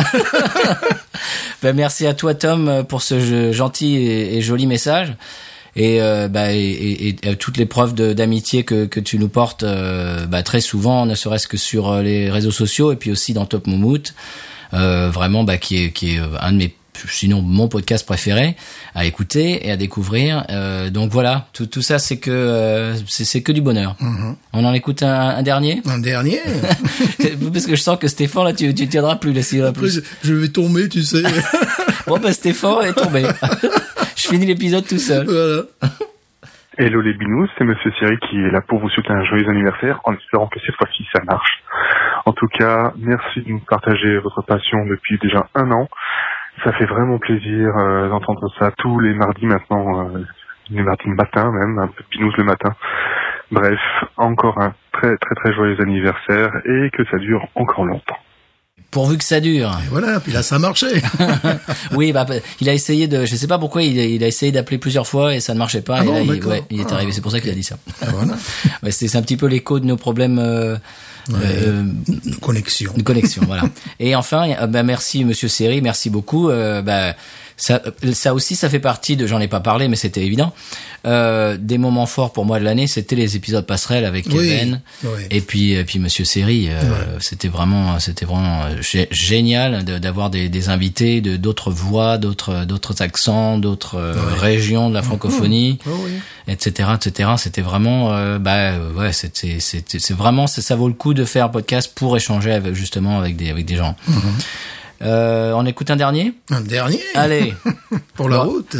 Ben, merci à toi, Tom, pour ce gentil et joli message. Et toutes les preuves d'amitié que tu nous portes très souvent, ne serait-ce que sur les réseaux sociaux et puis aussi dans Top Moumout, vraiment qui est un de mes, sinon mon podcast préféré à écouter et à découvrir. Donc voilà, tout ça c'est que du bonheur. Mm-hmm. On en écoute un dernier. Un dernier. Parce que je sens que Stéphane là tu tiendras plus là, s'il y en a plus. Après, je vais tomber, tu sais. Bon Stéphane est tombé. Je finis l'épisode tout seul. Voilà. Hello les binous, c'est Monsieur Siri qui est là pour vous souhaiter un joyeux anniversaire en espérant que cette fois-ci ça marche. En tout cas, merci de nous partager votre passion depuis déjà 1 an. Ça fait vraiment plaisir d'entendre ça tous les mardis maintenant, les mardis matin même, un peu binous le matin. Bref, encore un très très très joyeux anniversaire et que ça dure encore longtemps. Pourvu que ça dure. Et voilà, puis là ça a marché. Oui, il a essayé je sais pas pourquoi il a essayé d'appeler plusieurs fois et ça ne marchait pas. Ah et bon, là, il est arrivé. C'est pour ça qu'il a dit ça. Ah, voilà. Ouais, c'est un petit peu l'écho de nos problèmes. De connexion. De connexion, voilà. Et enfin, merci Monsieur Seri, merci beaucoup. Ça aussi, ça fait partie de, j'en ai pas parlé, mais c'était évident. Des moments forts pour moi de l'année, c'était les épisodes passerelles avec Kevin. Oui. Et puis Monsieur Seri, c'était vraiment génial d'avoir des invités d'autres voix, d'autres accents, d'autres régions de la francophonie, etc. C'était vraiment, c'est vraiment, ça vaut le coup de faire un podcast pour échanger avec des gens. Mm-hmm. On écoute un dernier? Un dernier? Allez. Pour la route.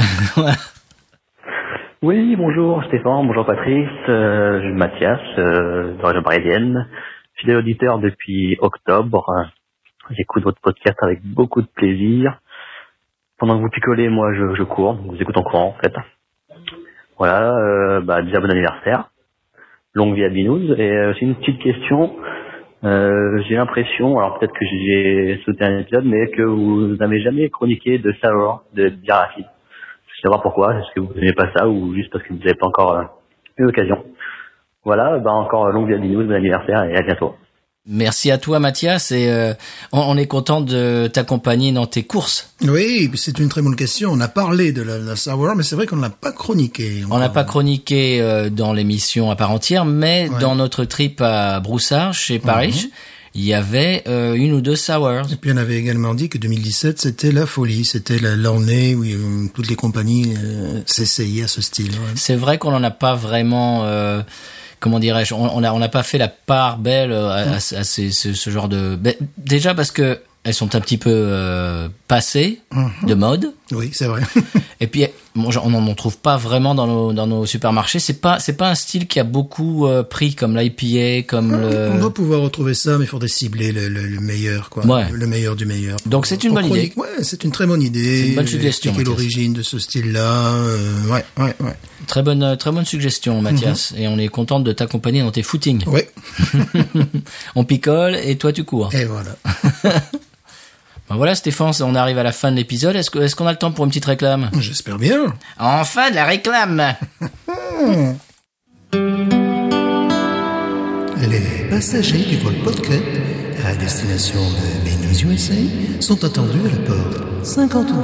Oui, bonjour Stéphane, bonjour Patrice, Mathias, de région parisienne, fidèle auditeur depuis octobre. J'écoute votre podcast avec beaucoup de plaisir. Pendant que vous picolez, moi je cours, je vous écoute en courant en fait. Voilà, déjà bon anniversaire, longue vie à Binous. Et c'est une petite question. J'ai l'impression, alors peut-être que j'ai sauté un épisode, mais que vous n'avez jamais chroniqué de sour, de bière acide. Je veux savoir pourquoi, est-ce que vous n'aimez pas ça ou juste parce que vous n'avez pas encore eu l'occasion. Voilà, encore longue vie à Binous, bon anniversaire et à bientôt. Merci à toi Mathias et on est content de t'accompagner dans tes courses. Oui, c'est une très bonne question. On a parlé de la sour, mais c'est vrai qu'on ne l'a pas chroniqué. On n'a pas chroniqué dans l'émission à part entière, mais dans notre trip à Broussard chez Paris. il y avait une ou deux sours. Et puis on avait également dit que 2017 c'était la folie, c'était l'année où toutes les compagnies s'essayaient à ce style. Ouais. C'est vrai qu'on n'en a pas vraiment, comment dirais-je, on n'a pas fait la part belle à ce genre de. Déjà parce que elles sont un petit peu passées de mode. Oui, c'est vrai. Et puis on n'en trouve pas vraiment dans nos supermarchés. C'est pas un style qui a beaucoup pris comme l'IPA, comme On doit pouvoir retrouver ça, mais il faudrait cibler le meilleur, quoi. Ouais. Le meilleur du meilleur. Donc c'est une bonne idée. Ouais, c'est une très bonne idée. C'est une bonne suggestion. Expliquer l'origine de ce style-là. Ouais. Très bonne suggestion, Mathias. Et on est content de t'accompagner dans tes footings. Ouais. On picole et toi tu cours. Et voilà. Ben voilà, Stéphane, on arrive à la fin de l'épisode. Est-ce qu'on a le temps pour une petite réclame? J'espère bien. Enfin, de la réclame. Les passagers du vol Podcut à destination de Binous USA sont attendus à la porte 52.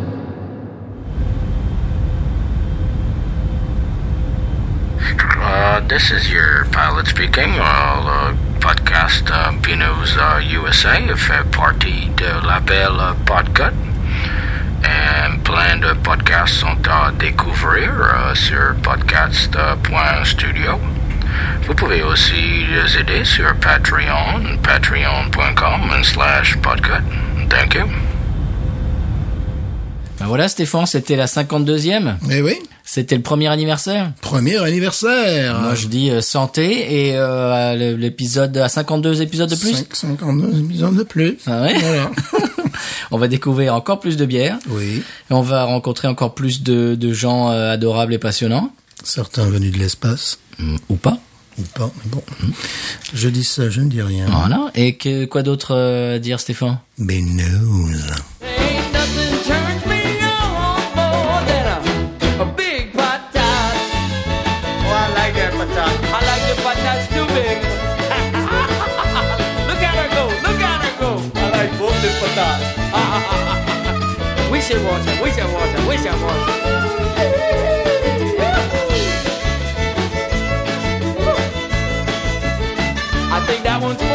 This is your pilot speaking. Podcast Binous USA fait partie de l'appel Podcut. Et plein de podcasts sont à découvrir sur podcast.studio. Vous pouvez aussi les aider sur Patreon, patreon.com/podcut. Thank you. Ben voilà, Stéphane, c'était la 52e. Eh oui. C'était le premier anniversaire. Premier anniversaire. Moi, je dis santé et l'épisode à 52 épisodes de plus. 52 épisodes de plus. Ah ouais. Voilà. On va découvrir encore plus de bières. Oui. Et on va rencontrer encore plus de gens adorables et passionnants. Certains venus de l'espace. Ou pas. Ou pas, mais bon. Je dis ça, je ne dis rien. Voilà. Et quoi d'autre dire, Stéphane? Binous. We should watch it. I think that one's